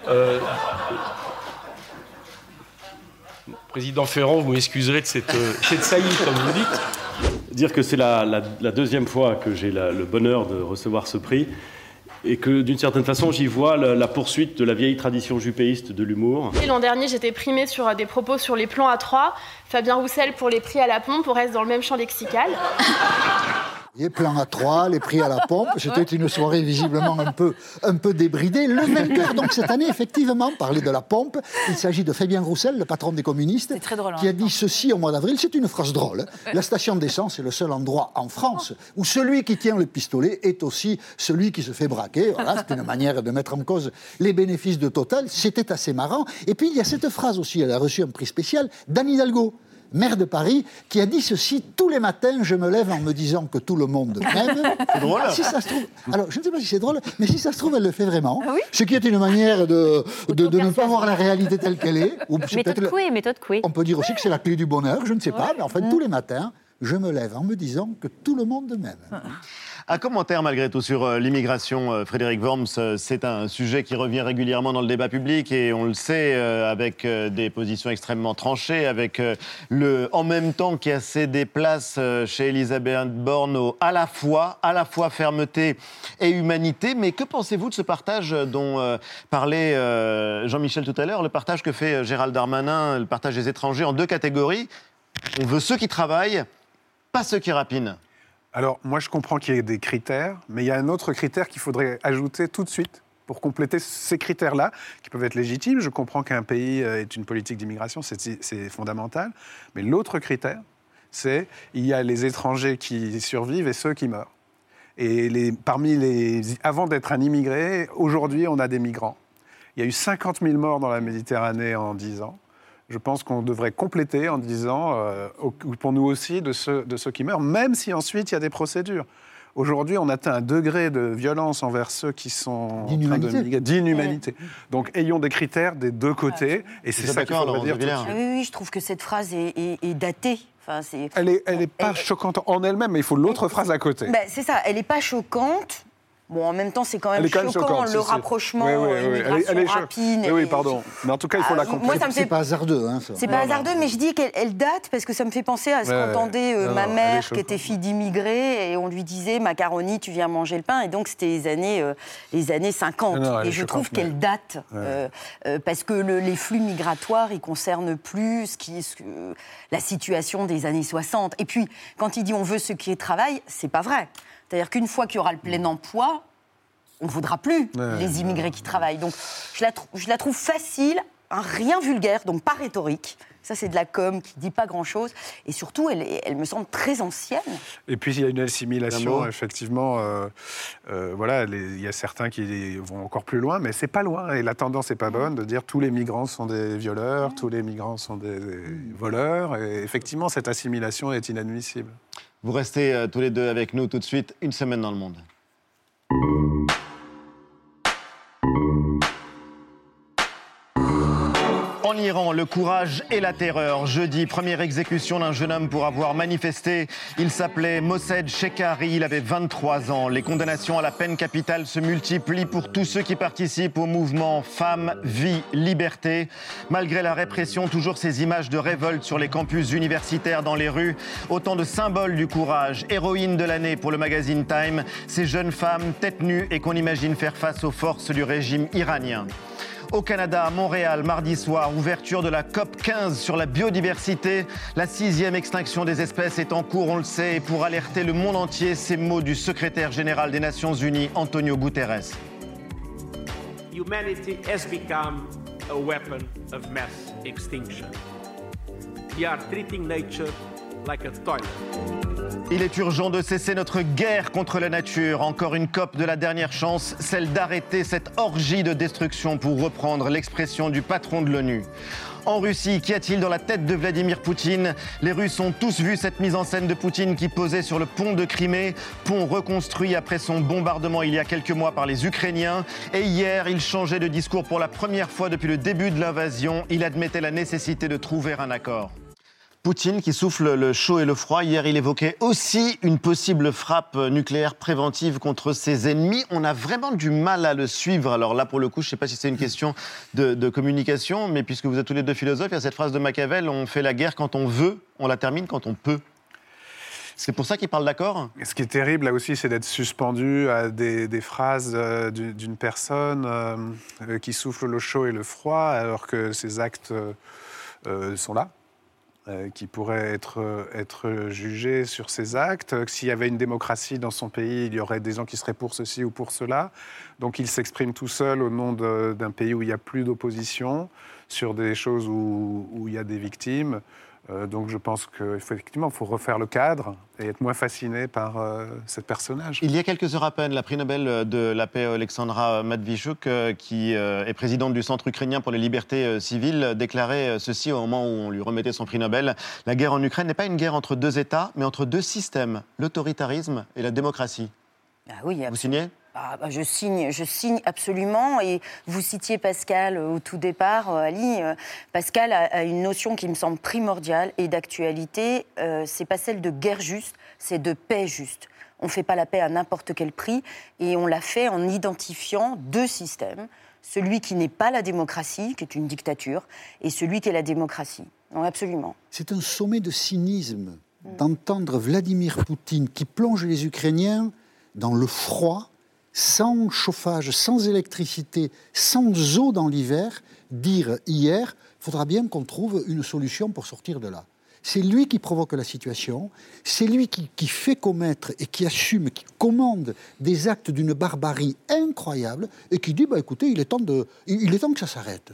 Président Ferrand, vous m'excuserez de cette saillie, comme vous dites. Dire que c'est la deuxième fois que j'ai le bonheur de recevoir ce prix. Et que, d'une certaine façon, j'y vois la poursuite de la vieille tradition juppéiste de l'humour. L'an dernier, j'étais primée sur des propos sur les plans A3. Fabien Roussel pour les prix à la pompe, on reste dans le même champ lexical. Les plans à 3, les prix à la pompe, c'était une soirée visiblement un peu débridée. Le vainqueur, donc, cette année, effectivement, parlait de la pompe. Il s'agit de Fabien Roussel, le patron des communistes, qui a dit ceci au mois d'avril. C'est une phrase drôle. La station d'essence est le seul endroit en France où celui qui tient le pistolet est aussi celui qui se fait braquer. Voilà, c'est une manière de mettre en cause les bénéfices de Total. C'était assez marrant. Et puis, il y a cette phrase aussi, elle a reçu un prix spécial, d'Anne Hidalgo, maire de Paris, qui a dit ceci: tous les matins, je me lève en me disant que tout le monde m'aime. C'est drôle. Si ça se trouve, alors je ne sais pas si c'est drôle, mais si ça se trouve, elle le fait vraiment. Ah oui, ce qui est une manière de ne pas voir la réalité telle qu'elle est. Ou méthode Coué. On peut dire aussi que c'est la clé du bonheur, je ne sais pas, mais en fait, tous les matins, je me lève en me disant que tout le monde m'aime. Un commentaire malgré tout sur l'immigration, Frédéric Worms, c'est un sujet qui revient régulièrement dans le débat public et on le sait avec des positions extrêmement tranchées, avec le en même temps qui a cédé place chez Elisabeth Borne à la fois fermeté et humanité. Mais que pensez-vous de ce partage dont parlait Jean-Michel tout à l'heure, le partage que fait Gérald Darmanin, le partage des étrangers en deux catégories? On veut ceux qui travaillent, pas ceux qui rapinent. Alors, moi, je comprends qu'il y ait des critères, mais il y a un autre critère qu'il faudrait ajouter tout de suite pour compléter ces critères-là, qui peuvent être légitimes. Je comprends qu'un pays ait une politique d'immigration, c'est fondamental. Mais l'autre critère, c'est il y a les étrangers qui survivent et ceux qui meurent. Et avant d'être un immigré, aujourd'hui, on a des migrants. Il y a eu 50 000 morts dans la Méditerranée en 10 ans. Je pense qu'on devrait compléter en disant, pour nous aussi, de ceux qui meurent, même si ensuite il y a des procédures. Aujourd'hui, on atteint un degré de violence envers ceux qui sont d'inhumanité. Donc, ayons des critères des deux côtés, et c'est ça qu'il faudrait dire tout de suite. Oui, je trouve que cette phrase est datée. Enfin, elle n'est pas choquante en elle-même, mais il faut l'autre phrase à côté. C'est ça, elle n'est pas choquante. Bon, en même temps, c'est quand même choquant, le rapprochement, immigration rapide. Oui, pardon. Mais en tout cas, il faut la comprendre. C'est pas hasardeux. Hein, c'est pas hasardeux, mais je dis qu'elle date parce que ça me fait penser à ce qu'entendait ma mère, qui était fille d'immigrés, et on lui disait « Macaroni, tu viens manger le pain ». Et donc, c'était les années 50. Et je trouve qu'elle date, parce que les flux migratoires, ils ne concernent plus la situation des années 60. Et puis, quand il dit « on veut ceux qui travaillent », c'est pas vrai. C'est-à-dire qu'une fois qu'il y aura le plein emploi, on ne voudra plus les immigrés qui travaillent. Donc, je la trouve facile, rien vulgaire, donc pas rhétorique. Ça, c'est de la com qui ne dit pas grand-chose. Et surtout, elle me semble très ancienne. Et puis, il y a une assimilation, effectivement. Il y a certains qui vont encore plus loin, mais c'est pas loin. Et la tendance n'est pas bonne de dire tous les migrants sont des violeurs, tous les migrants sont des voleurs. Et effectivement, cette assimilation est inadmissible. Vous restez tous les deux avec nous tout de suite. Une semaine dans le monde. En Iran, le courage et la terreur. Jeudi, première exécution d'un jeune homme pour avoir manifesté. Il s'appelait Mossed Shekhari, il avait 23 ans. Les condamnations à la peine capitale se multiplient pour tous ceux qui participent au mouvement Femmes, Vie, Liberté. Malgré la répression, toujours ces images de révolte sur les campus universitaires dans les rues. Autant de symboles du courage. Héroïne de l'année pour le magazine Time. Ces jeunes femmes tête nue et qu'on imagine faire face aux forces du régime iranien. Au Canada, à Montréal, mardi soir, ouverture de la COP 15 sur la biodiversité. La 6e extinction des espèces est en cours, on le sait, et pour alerter le monde entier, ces mots du secrétaire général des Nations Unies, Antonio Guterres. Humanity has become a weapon of mass extinction. We are treating nature like a toilet. Il est urgent de cesser notre guerre contre la nature. Encore une COP de la dernière chance, celle d'arrêter cette orgie de destruction, pour reprendre l'expression du patron de l'ONU. En Russie, qu'y a-t-il dans la tête de Vladimir Poutine? Les Russes ont tous vu cette mise en scène de Poutine qui posait sur le pont de Crimée, pont reconstruit après son bombardement il y a quelques mois par les Ukrainiens. Et hier, il changeait de discours pour la première fois depuis le début de l'invasion. Il admettait la nécessité de trouver un accord. Poutine qui souffle le chaud et le froid. Hier, il évoquait aussi une possible frappe nucléaire préventive contre ses ennemis. On a vraiment du mal à le suivre. Alors là, pour le coup, je ne sais pas si c'est une question de communication, mais puisque vous êtes tous les deux philosophes, il y a cette phrase de Machiavel, on fait la guerre quand on veut, on la termine quand on peut. C'est pour ça qu'il parle d'accord ? Ce qui est terrible, là aussi, c'est d'être suspendu à des phrases d'une personne qui souffle le chaud et le froid, alors que ses actes sont là. Qui pourrait être jugé sur ses actes. S'il y avait une démocratie dans son pays, il y aurait des gens qui seraient pour ceci ou pour cela. Donc il s'exprime tout seul au nom d'un pays où il n'y a plus d'opposition, sur des choses où il y a des victimes. Donc je pense qu'effectivement, il faut refaire le cadre et être moins fasciné par ce personnage. Il y a quelques heures à peine, la prix Nobel de la paix Alexandra Matvichuk, qui est présidente du Centre ukrainien pour les libertés civiles, déclarait ceci au moment où on lui remettait son prix Nobel. La guerre en Ukraine n'est pas une guerre entre deux États, mais entre deux systèmes, l'autoritarisme et la démocratie. Ah oui, vous signez ? Je signe absolument. Et vous citiez Pascal au tout départ, Ali. Pascal a une notion qui me semble primordiale et d'actualité. C'est pas celle de guerre juste, c'est de paix juste. On ne fait pas la paix à n'importe quel prix et on l'a fait en identifiant deux systèmes. Celui qui n'est pas la démocratie, qui est une dictature, et celui qui est la démocratie. Non, absolument. C'est un sommet de cynisme d'entendre Vladimir Poutine qui plonge les Ukrainiens dans le froid, sans chauffage, sans électricité, sans eau dans l'hiver, dire hier, il faudra bien qu'on trouve une solution pour sortir de là. C'est lui qui provoque la situation, c'est lui qui fait commettre et qui assume, qui commande des actes d'une barbarie incroyable et qui dit, écoutez, il est temps que ça s'arrête.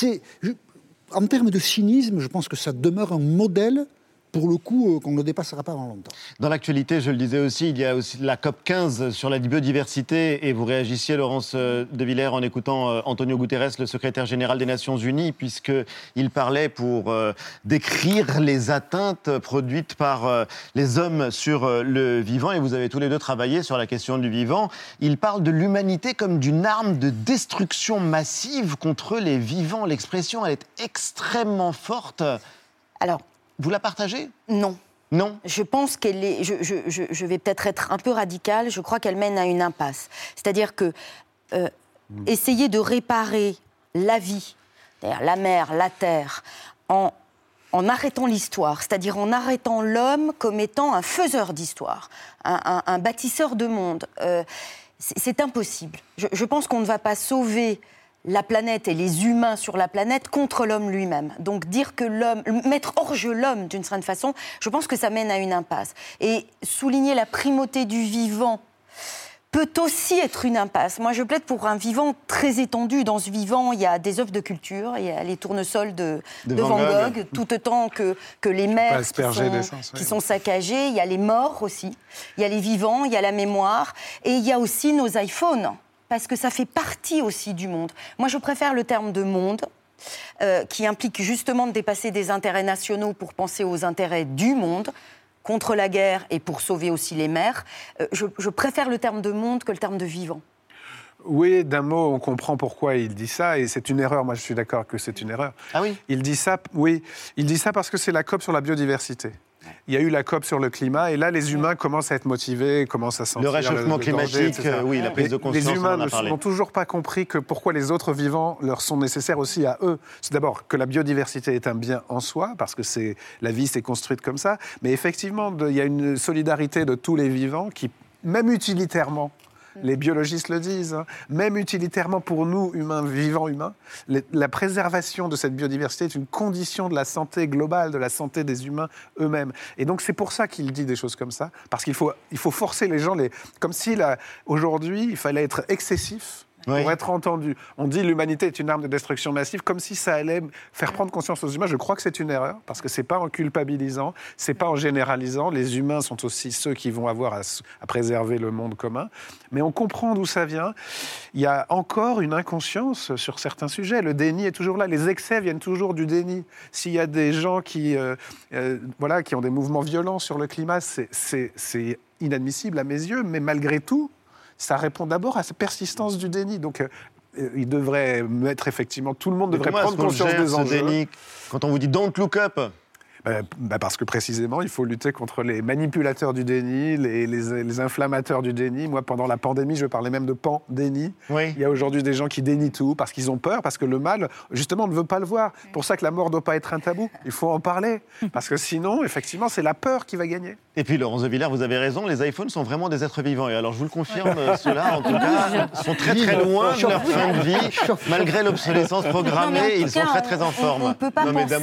En termes de cynisme, je pense que ça demeure un modèle pour le coup, qu'on ne dépassera pas avant longtemps. Dans l'actualité, je le disais aussi, il y a aussi la COP 15 sur la biodiversité, et vous réagissiez, Laurence de Villers, en écoutant Antonio Guterres, le secrétaire général des Nations Unies, puisqu'il parlait pour décrire les atteintes produites par les hommes sur le vivant, et vous avez tous les deux travaillé sur la question du vivant. Il parle de l'humanité comme d'une arme de destruction massive contre les vivants. L'expression, elle est extrêmement forte. Alors, vous la partagez ? Non. Non. Je pense qu'elle est. Je vais peut-être être un peu radicale. Je crois qu'elle mène à une impasse. C'est-à-dire que essayer de réparer la vie, c'est-à-dire la mer, la terre, en arrêtant l'histoire, c'est-à-dire en arrêtant l'homme comme étant un faiseur d'histoire, un bâtisseur de monde, c'est impossible. Je pense qu'on ne va pas sauver la planète et les humains sur la planète contre l'homme lui-même. Donc dire que mettre hors jeu l'homme d'une certaine façon, je pense que ça mène à une impasse. Et souligner la primauté du vivant peut aussi être une impasse. Moi, je plaide pour un vivant très étendu. Dans ce vivant, il y a des œuvres de culture, il y a les tournesols de Van Gogh, tout autant que les mers qui sont saccagées. Il y a les morts aussi, il y a les vivants, il y a la mémoire, et il y a aussi nos iPhones, parce que ça fait partie aussi du monde. Moi, je préfère le terme de monde, qui implique justement de dépasser des intérêts nationaux pour penser aux intérêts du monde, contre la guerre et pour sauver aussi les mers. Je préfère le terme de monde que le terme de vivant. Oui, d'un mot, on comprend pourquoi il dit ça, et c'est une erreur. Moi, je suis d'accord que c'est une erreur. Ah oui ? Il dit ça parce que c'est la COP sur la biodiversité. Il y a eu la COP sur le climat, et là, les humains commencent à être motivés, commencent à sentir le réchauffement climatique, danger, la prise de conscience. Les humains n'ont toujours pas compris que pourquoi les autres vivants leur sont nécessaires aussi à eux. C'est d'abord que la biodiversité est un bien en soi, parce que la vie s'est construite comme ça, mais effectivement, il y a une solidarité de tous les vivants qui, même utilitairement, les biologistes le disent, même utilitairement pour nous, vivants humains, la préservation de cette biodiversité est une condition de la santé globale, de la santé des humains eux-mêmes. Et donc c'est pour ça qu'il dit des choses comme ça, parce qu'il faut forcer les gens, comme si aujourd'hui il fallait être excessif pour être entendu. On dit l'humanité est une arme de destruction massive, comme si ça allait faire prendre conscience aux humains. Je crois que c'est une erreur, parce que c'est pas en culpabilisant, c'est pas en généralisant. Les humains sont aussi ceux qui vont avoir à préserver le monde commun. Mais on comprend d'où ça vient. Il y a encore une inconscience sur certains sujets. Le déni est toujours là. Les excès viennent toujours du déni. S'il y a des gens qui ont des mouvements violents sur le climat, c'est inadmissible à mes yeux, mais malgré tout, ça répond d'abord à cette persistance du déni. Donc, il devrait effectivement, tout le monde devrait prendre conscience des enjeux. Déni, quand on vous dit « don't look up », parce que précisément, il faut lutter contre les manipulateurs du déni, les inflammateurs du déni. Moi, pendant la pandémie, je parlais même de pandénie. Oui. Il y a aujourd'hui des gens qui dénient tout parce qu'ils ont peur, parce que le mal, justement, ne veut pas le voir. C'est pour ça que la mort ne doit pas être un tabou. Il faut en parler, parce que sinon, effectivement, c'est la peur qui va gagner. Et puis, Laurence de Villers, vous avez raison, les iPhones sont vraiment des êtres vivants. Et alors, je vous le confirme, ceux-là, en tout cas, sont très très loin de leur fin de vie. Malgré l'obsolescence programmée, ils sont très très en forme. On peut pas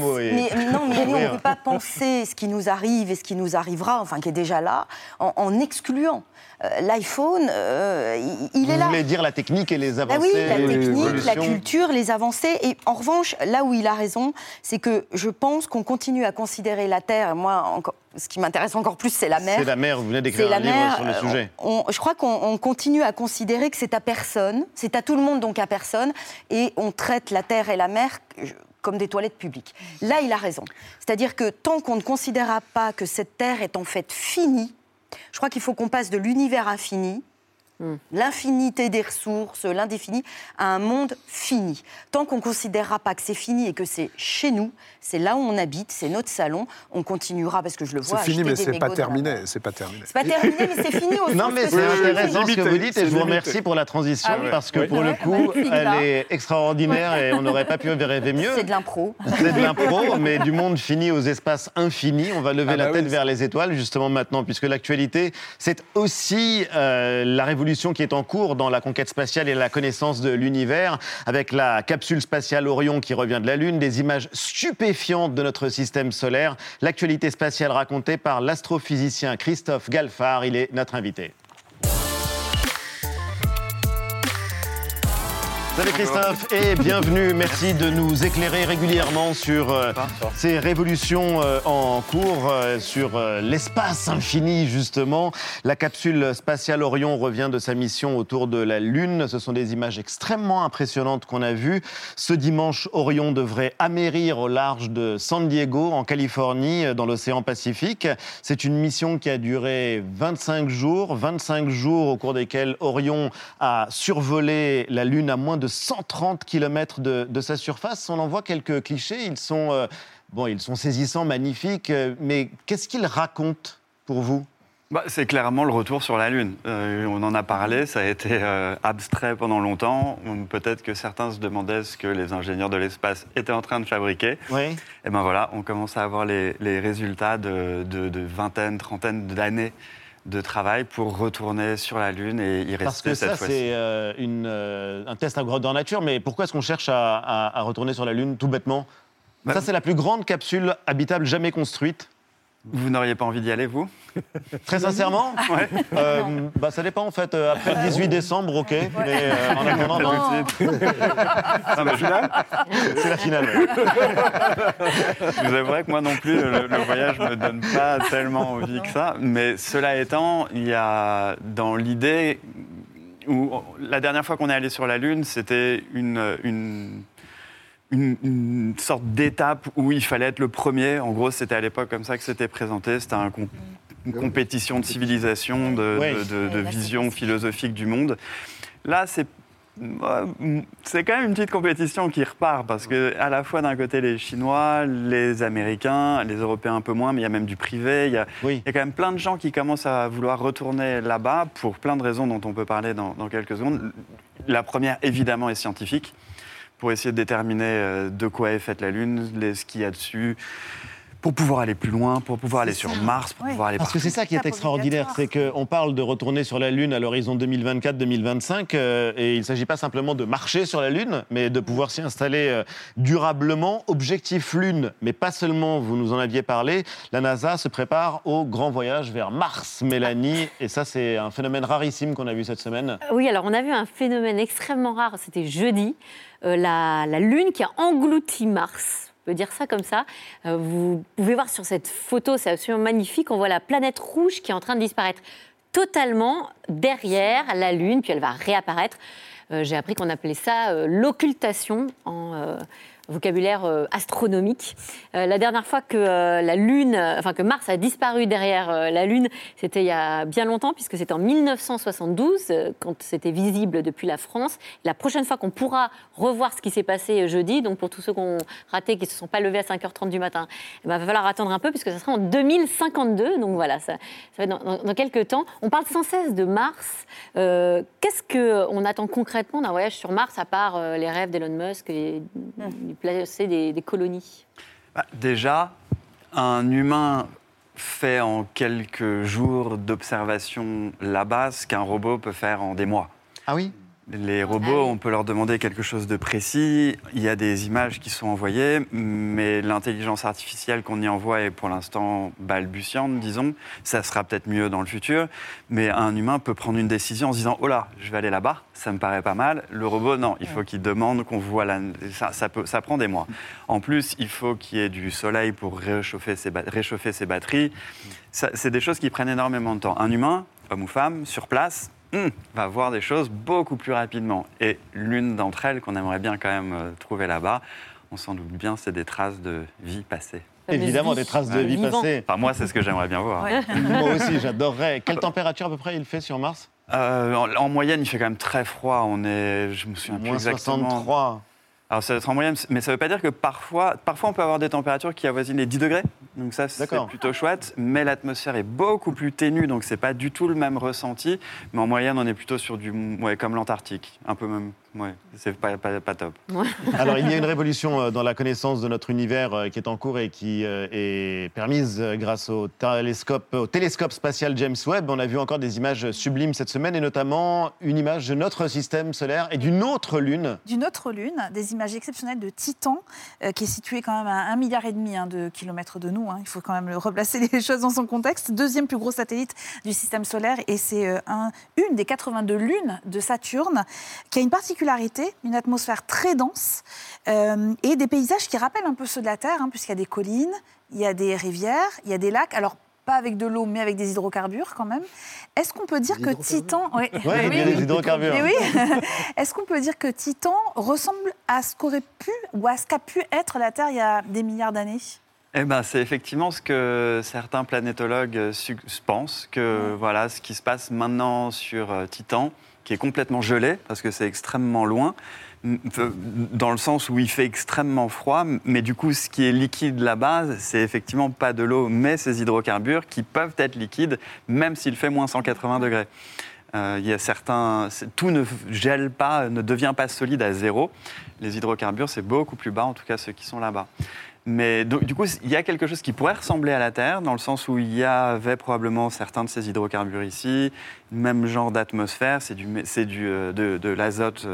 on peut pas penser ce qui nous arrive et ce qui nous arrivera, enfin qui est déjà là, en excluant. L'iPhone, il est là. Vous voulez dire la technique et les avancées? Oui, la technique, la culture, les avancées. Et en revanche, là où il a raison, c'est que je pense qu'on continue à considérer la Terre, moi, ce qui m'intéresse encore plus, c'est la mer. C'est la mer, vous venez d'écrire un livre sur le sujet. Je crois qu'on continue à considérer que c'est à personne, c'est à tout le monde, donc à personne, et on traite la Terre et la mer comme des toilettes publiques. Là, il a raison. C'est-à-dire que tant qu'on ne considérera pas que cette Terre est en fait finie, je crois qu'il faut qu'on passe de l'univers infini, l'infinité des ressources, l'indéfini, à un monde fini. Tant qu'on ne considérera pas que c'est fini et que c'est chez nous, c'est là où on habite, c'est notre salon, on continuera, parce que je le vois. C'est fini, mais c'est pas terminé. C'est pas terminé. C'est pas terminé, mais c'est fini aussi. Non, mais c'est intéressant ce que vous dites, et je vous remercie pour la transition, parce que pour le coup, elle est extraordinaire et on n'aurait pas pu rêver mieux. C'est de l'impro. C'est de l'impro, mais du monde fini aux espaces infinis. On va lever la tête vers les étoiles, justement, maintenant, puisque l'actualité, c'est aussi la révolution qui est en cours dans la conquête spatiale et la connaissance de l'univers, avec la capsule spatiale Orion qui revient de la Lune, des images stupéfiantes de notre système solaire. L'actualité spatiale racontée par l'astrophysicien Christophe Galfard, il est notre invité. Salut Christophe et bienvenue. Merci de nous éclairer régulièrement sur ces révolutions en cours, sur l'espace infini justement. La capsule spatiale Orion revient de sa mission autour de la Lune. Ce sont des images extrêmement impressionnantes qu'on a vues. Ce dimanche, Orion devrait amérir au large de San Diego, en Californie, dans l'océan Pacifique. C'est une mission qui a duré 25 jours au cours desquels Orion a survolé la Lune à moins de 130 km de sa surface. On en voit quelques clichés, ils sont saisissants, magnifiques, mais qu'est-ce qu'ils racontent pour vous ? C'est clairement le retour sur la Lune. On en a parlé, ça a été abstrait pendant longtemps. Peut-être que certains se demandaient ce que les ingénieurs de l'espace étaient en train de fabriquer. Oui. Et ben voilà, on commence à avoir les résultats de vingtaines, trentaines d'années de travail pour retourner sur la Lune et y rester cette fois-ci. Parce que ça, c'est un test à grandeur nature, mais pourquoi est-ce qu'on cherche à retourner sur la Lune, tout bêtement ? Ça, c'est la plus grande capsule habitable jamais construite. Vous n'auriez pas envie d'y aller, vous ? Très sincèrement ? Ouais. Ça dépend, en fait. Après le 18 décembre, OK. Ouais. Mais en attendant, non. C'est la finale ? C'est la finale, ouais. Je vous avouerai que moi non plus, le voyage ne me donne pas tellement envie que ça. Mais cela étant, il y a dans l'idée où la dernière fois qu'on est allé sur la Lune, c'était une sorte d'étape où il fallait être le premier. En gros, c'était à l'époque comme ça que c'était présenté. C'était une compétition de civilisation, de vision philosophique du monde. Là, c'est C'est quand même une petite compétition qui repart parce que à la fois d'un côté les Chinois, les Américains, les Européens un peu moins, mais il y a même du privé. Il y a quand même plein de gens qui commencent à vouloir retourner là-bas pour plein de raisons dont on peut parler dans quelques secondes. La première, évidemment, est scientifique, pour essayer de déterminer de quoi est faite la Lune, ce qu'il y a dessus, pour pouvoir aller plus loin, pour pouvoir aller sur Mars, pour pouvoir aller Parce que c'est ça qui est extraordinaire, c'est qu'on parle de retourner sur la Lune à l'horizon 2024-2025, et il ne s'agit pas simplement de marcher sur la Lune, mais de pouvoir s'y installer durablement. Objectif Lune, mais pas seulement, vous nous en aviez parlé, la NASA se prépare au grand voyage vers Mars, Mélanie, et ça c'est un phénomène rarissime qu'on a vu cette semaine. Oui, alors on a vu un phénomène extrêmement rare, c'était jeudi, la Lune qui a englouti Mars. On peut dire ça comme ça. Vous pouvez voir sur cette photo, c'est absolument magnifique, on voit la planète rouge qui est en train de disparaître totalement derrière la Lune, puis elle va réapparaître. J'ai appris qu'on appelait ça l'occultation en vocabulaire astronomique. La dernière fois que que Mars a disparu derrière la Lune, c'était il y a bien longtemps, puisque c'était en 1972, quand c'était visible depuis la France. La prochaine fois qu'on pourra revoir ce qui s'est passé jeudi, donc pour tous ceux qui ont raté, qui ne se sont pas levés à 5h30 du matin, il va falloir attendre un peu, puisque ça sera en 2052. Donc voilà, ça va être dans quelques temps. On parle sans cesse de Mars. Qu'est-ce qu'on attend concrètement d'un voyage sur Mars, à part les rêves d'Elon Musk et placer des colonies? Déjà, un humain fait en quelques jours d'observation là-bas ce qu'un robot peut faire en des mois. Ah oui ? Les robots, on peut leur demander quelque chose de précis. Il y a des images qui sont envoyées, mais l'intelligence artificielle qu'on y envoie est pour l'instant balbutiante, disons. Ça sera peut-être mieux dans le futur. Mais un humain peut prendre une décision en se disant « Oh là, je vais aller là-bas, ça me paraît pas mal ». Le robot, non, il faut qu'il demande qu'on voit ça prend des mois. En plus, il faut qu'il y ait du soleil pour réchauffer ses batteries. C'est des choses qui prennent énormément de temps. Un humain, homme ou femme, sur place, va voir des choses beaucoup plus rapidement. Et l'une d'entre elles qu'on aimerait bien quand même trouver là-bas, on s'en doute bien, c'est des traces de vie passée. Évidemment, des traces de vie passée. Enfin, moi, c'est ce que j'aimerais bien voir. Ouais. Moi aussi, j'adorerais. Quelle température à peu près il fait sur Mars ? En moyenne, il fait quand même très froid. Je me souviens plus exactement. 63. Alors, ça va être en moyenne, mais ça ne veut pas dire que parfois, on peut avoir des températures qui avoisinent les 10 degrés. Donc ça, c'est plutôt chouette. Mais l'atmosphère est beaucoup plus ténue, donc ce n'est pas du tout le même ressenti. Mais en moyenne, on est plutôt sur comme l'Antarctique. Un peu même. Ouais, c'est pas top. Ouais. Alors, il y a une révolution dans la connaissance de notre univers qui est en cours et qui est permise grâce au télescope spatial James Webb. On a vu encore des images sublimes cette semaine, et notamment une image de notre système solaire et d'une autre lune. D'une autre lune, des images exceptionnelles de Titan, qui est situé quand même à 1,5 milliard de kilomètres de nous. Il faut quand même replacer les choses dans son contexte. Deuxième plus gros satellite du système solaire, et c'est une des 82 lunes de Saturne, qui a une particularité, une atmosphère très dense et des paysages qui rappellent un peu ceux de la Terre, puisqu'il y a des collines, il y a des rivières, il y a des lacs. Alors, pas avec de l'eau, mais avec des hydrocarbures quand même. Est-ce qu'on peut dire que Titan... Oui, il y a des hydrocarbures. Oui. Est-ce qu'on peut dire que Titan ressemble à ce qu'aurait pu, ou à ce qu'a pu être la Terre il y a des milliards d'années ? C'est effectivement ce que certains planétologues pensent, que voilà, ce qui se passe maintenant sur Titan, qui est complètement gelé, parce que c'est extrêmement loin, dans le sens où il fait extrêmement froid, mais du coup, ce qui est liquide là-bas, c'est effectivement pas de l'eau, mais ces hydrocarbures qui peuvent être liquides, même s'il fait moins 180 degrés. Il y a tout ne gèle pas, ne devient pas solide à zéro. Les hydrocarbures, c'est beaucoup plus bas, en tout cas ceux qui sont là-bas. Mais du coup, il y a quelque chose qui pourrait ressembler à la Terre, dans le sens où il y avait probablement certains de ces hydrocarbures ici, même genre d'atmosphère, c'est de l'azote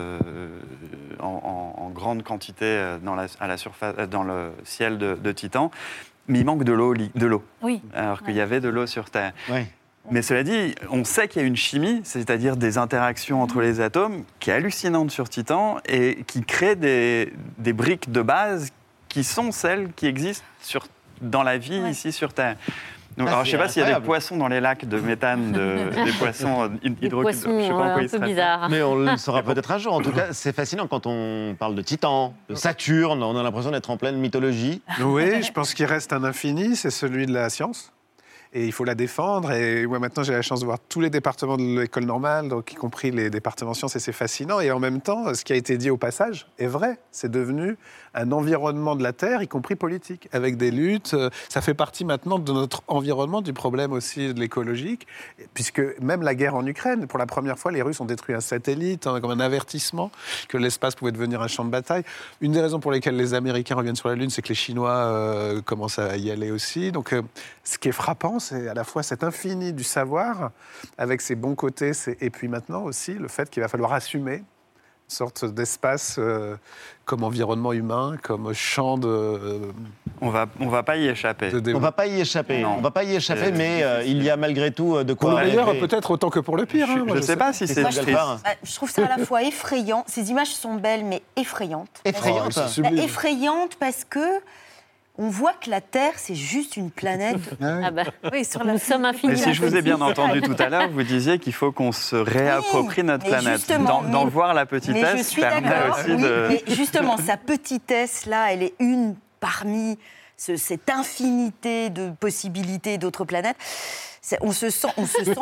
en grande quantité à la surface, dans le ciel de Titan, mais il manque de l'eau. Oui. Alors qu'il y avait de l'eau sur Terre. Oui. Mais cela dit, on sait qu'il y a une chimie, c'est-à-dire des interactions entre les atomes, qui est hallucinante sur Titan et qui crée des briques de base qui sont celles qui existent dans la vie ici sur Terre. Donc, alors, je ne sais pas s'il y a des poissons dans les lacs de méthane, des poissons hydrocarburés. Je ne sais pas quoi ils seraient. Bizarre. Mais on le saura peut-être un jour. En tout cas, c'est fascinant quand on parle de Titan, de Saturne. On a l'impression d'être en pleine mythologie. Oui, je pense qu'il reste un infini, c'est celui de la science. et il faut la défendre. Et moi, maintenant, j'ai la chance de voir tous les départements de l'école normale, donc y compris les départements sciences, et c'est fascinant. Et en même temps, ce qui a été dit au passage est vrai. C'est devenu un environnement de la Terre, y compris politique, avec des luttes. Ça fait partie maintenant de notre environnement, du problème aussi de l'écologique, puisque même la guerre en Ukraine, pour la première fois, les Russes ont détruit un satellite, comme un avertissement que l'espace pouvait devenir un champ de bataille. Une des raisons pour lesquelles les Américains reviennent sur la Lune, c'est que les Chinois commencent à y aller aussi. Donc, ce qui est frappant, c'est à la fois cet infini du savoir, avec ses bons côtés, et puis maintenant aussi le fait qu'il va falloir assumer une sorte d'espace comme environnement humain, comme champ de... On va pas y échapper. On va pas y échapper. Non. On va pas y échapper, mais il y a malgré tout de quoi... Pour le meilleur, peut-être autant que pour le pire. Je ne sais pas si c'est triste. Je trouve ça à la fois effrayant. Ces images sont belles, mais effrayantes. Effrayantes. Effrayantes parce que on voit que la Terre, c'est juste une planète. Oui, nous sommes infinis. Mais si je vous ai bien entendu tout à l'heure, vous disiez qu'il faut qu'on se réapproprie notre planète. D'en voir la petitesse permet aussi de... Mais justement, sa petitesse-là, elle est une parmi cette infinité de possibilités d'autres planètes. On se sent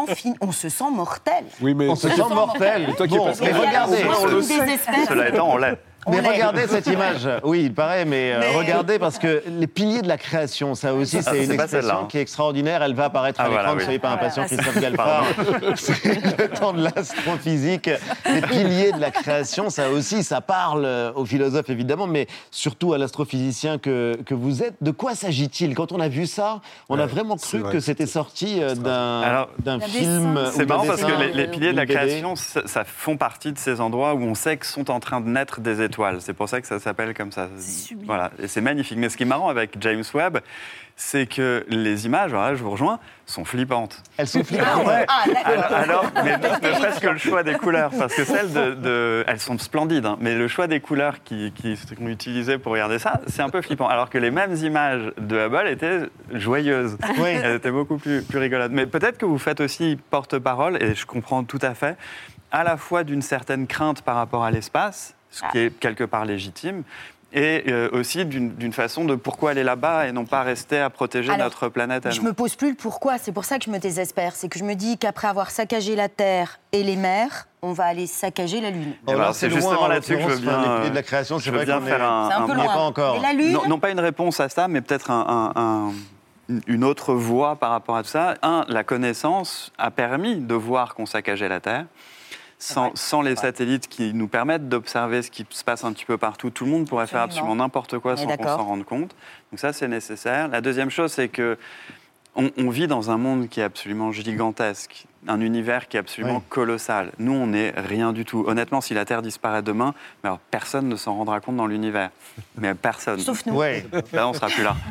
mortel. Oui, mais on se sent mortel. Mais regardez, cela étant, on l'est. Mais regardez cette image. Oui, il paraît, mais regardez, parce que les piliers de la création, ça aussi, c'est une expression qui est extraordinaire. Elle va apparaître à l'écran, ne soyez pas impatients, Christophe Galfard. C'est le temps de l'astrophysique. Les piliers de la création, ça aussi, ça parle aux philosophes, évidemment, mais surtout à l'astrophysicien que vous êtes. De quoi s'agit-il ? Quand on a vu ça, on a vraiment cru que c'était sorti d'un film. C'est marrant parce que les piliers de la création, ça font partie de ces endroits où on sait que sont en train de naître des étoiles. C'est pour ça que ça s'appelle comme ça. Voilà, et c'est magnifique. Mais ce qui est marrant avec James Webb, c'est que les images, voilà, je vous rejoins, sont flippantes. Elles sont flippantes. Alors, mais ne serait-ce que le choix des couleurs, parce que celles elles sont splendides, hein, mais le choix des couleurs qui sont utilisées pour regarder ça, c'est un peu flippant. Alors que les mêmes images de Hubble étaient joyeuses. Oui. Elles étaient beaucoup plus rigolotes. Mais peut-être que vous faites aussi porte-parole, et je comprends tout à fait, à la fois d'une certaine crainte par rapport à l'espace, ce qui est quelque part légitime, et aussi d'une façon de pourquoi aller là-bas et non pas rester à protéger notre planète à nous. Je me pose plus le pourquoi, c'est pour ça que je me désespère. C'est que je me dis qu'après avoir saccagé la Terre et les mers, on va aller saccager la Lune. Alors, c'est justement là-dessus que je veux bien... Les piliers de la création, c'est vrai qu'on faire un peu loin. Pas encore. Et la Lune non pas une réponse à ça, mais peut-être une autre voie par rapport à tout ça. La connaissance a permis de voir qu'on saccageait la Terre. Sans les satellites qui nous permettent d'observer ce qui se passe un petit peu partout, tout le monde pourrait faire absolument n'importe quoi sans qu'on s'en rende compte. Donc ça, c'est nécessaire. La deuxième chose, c'est que on vit dans un monde qui est absolument gigantesque, un univers qui est absolument colossal. Nous, on n'est rien du tout. Honnêtement, si la Terre disparaît demain, alors, personne ne s'en rendra compte dans l'univers. Mais personne. Sauf nous. Ouais. Là, on ne sera plus là.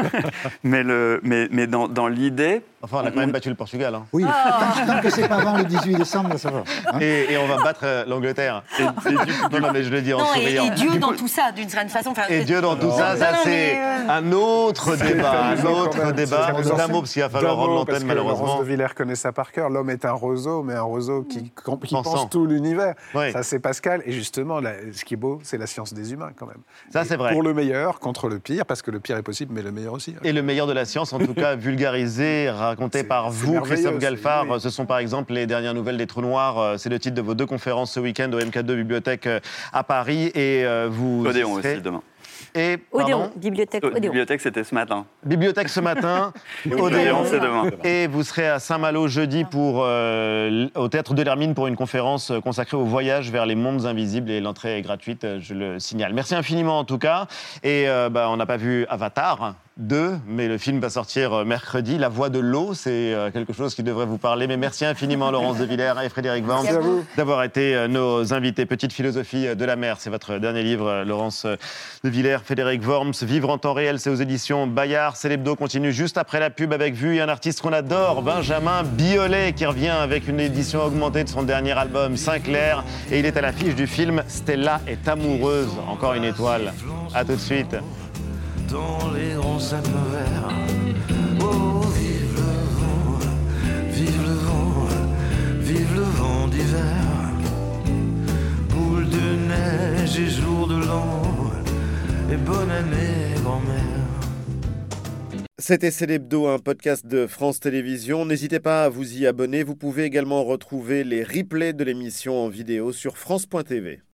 mais dans l'idée... Enfin, on a quand même battu le Portugal. Hein. Oui, tant que c'est pas avant le 18 décembre, ça va. Hein, et on va battre l'Angleterre. Non, mais je le dis en souriant. Et Dieu dans tout ça, d'une certaine façon. Et Dieu dans tout ça, c'est un autre débat. D'un mot, parce qu'il va falloir rendre l'antenne, malheureusement. Laurence de Villers connaît ça par cœur. L'homme est un roseau, mais un roseau qui pense tout l'univers. Oui. Ça, c'est Pascal. Et justement, ce qui est beau, c'est la science des humains, quand même. Ça, c'est vrai. Pour le meilleur, contre le pire, parce que le pire est possible, mais le meilleur aussi. Et le meilleur de la science, en tout cas, vulgarisé, raconté par vous, Christophe Galfard. Oui. Ce sont par exemple les dernières nouvelles des trous noirs. C'est le titre de vos 2 conférences ce week-end au MK2 Bibliothèque à Paris. Et vous Odéon aussi demain. Et, Odéon, Bibliothèque Odéon. Bibliothèque, c'était ce matin. Bibliothèque ce matin. Odéon, c'est demain. Et vous serez à Saint-Malo jeudi au Théâtre de l'Hermine pour une conférence consacrée au voyage vers les mondes invisibles. Et l'entrée est gratuite, je le signale. Merci infiniment en tout cas. Et on n'a pas vu Avatar 2, mais le film va sortir mercredi. La voix de l'eau, c'est quelque chose qui devrait vous parler. Mais merci infiniment Laurence de Villers et Frédéric Worms d'avoir été nos invités. Petite philosophie de la mer, c'est votre dernier livre, Laurence de Villers, Frédéric Worms. Vivre en temps réel, c'est aux éditions Bayard. C'est l'hebdo continue juste après la pub avec Vue et un artiste qu'on adore, Benjamin Biolay, qui revient avec une édition augmentée de son dernier album, Sinclair. Et il est à l'affiche du film Stella est amoureuse. Encore une étoile. À tout de suite. Dans les grands sapins verts, oh vive le vent, vive le vent, vive le vent d'hiver. Boule de neige et jour de l'an, et bonne année grand-mère. C'était C'est l'Hebdo, un podcast de France Télévisions. N'hésitez pas à vous y abonner. Vous pouvez également retrouver les replays de l'émission en vidéo sur France.tv.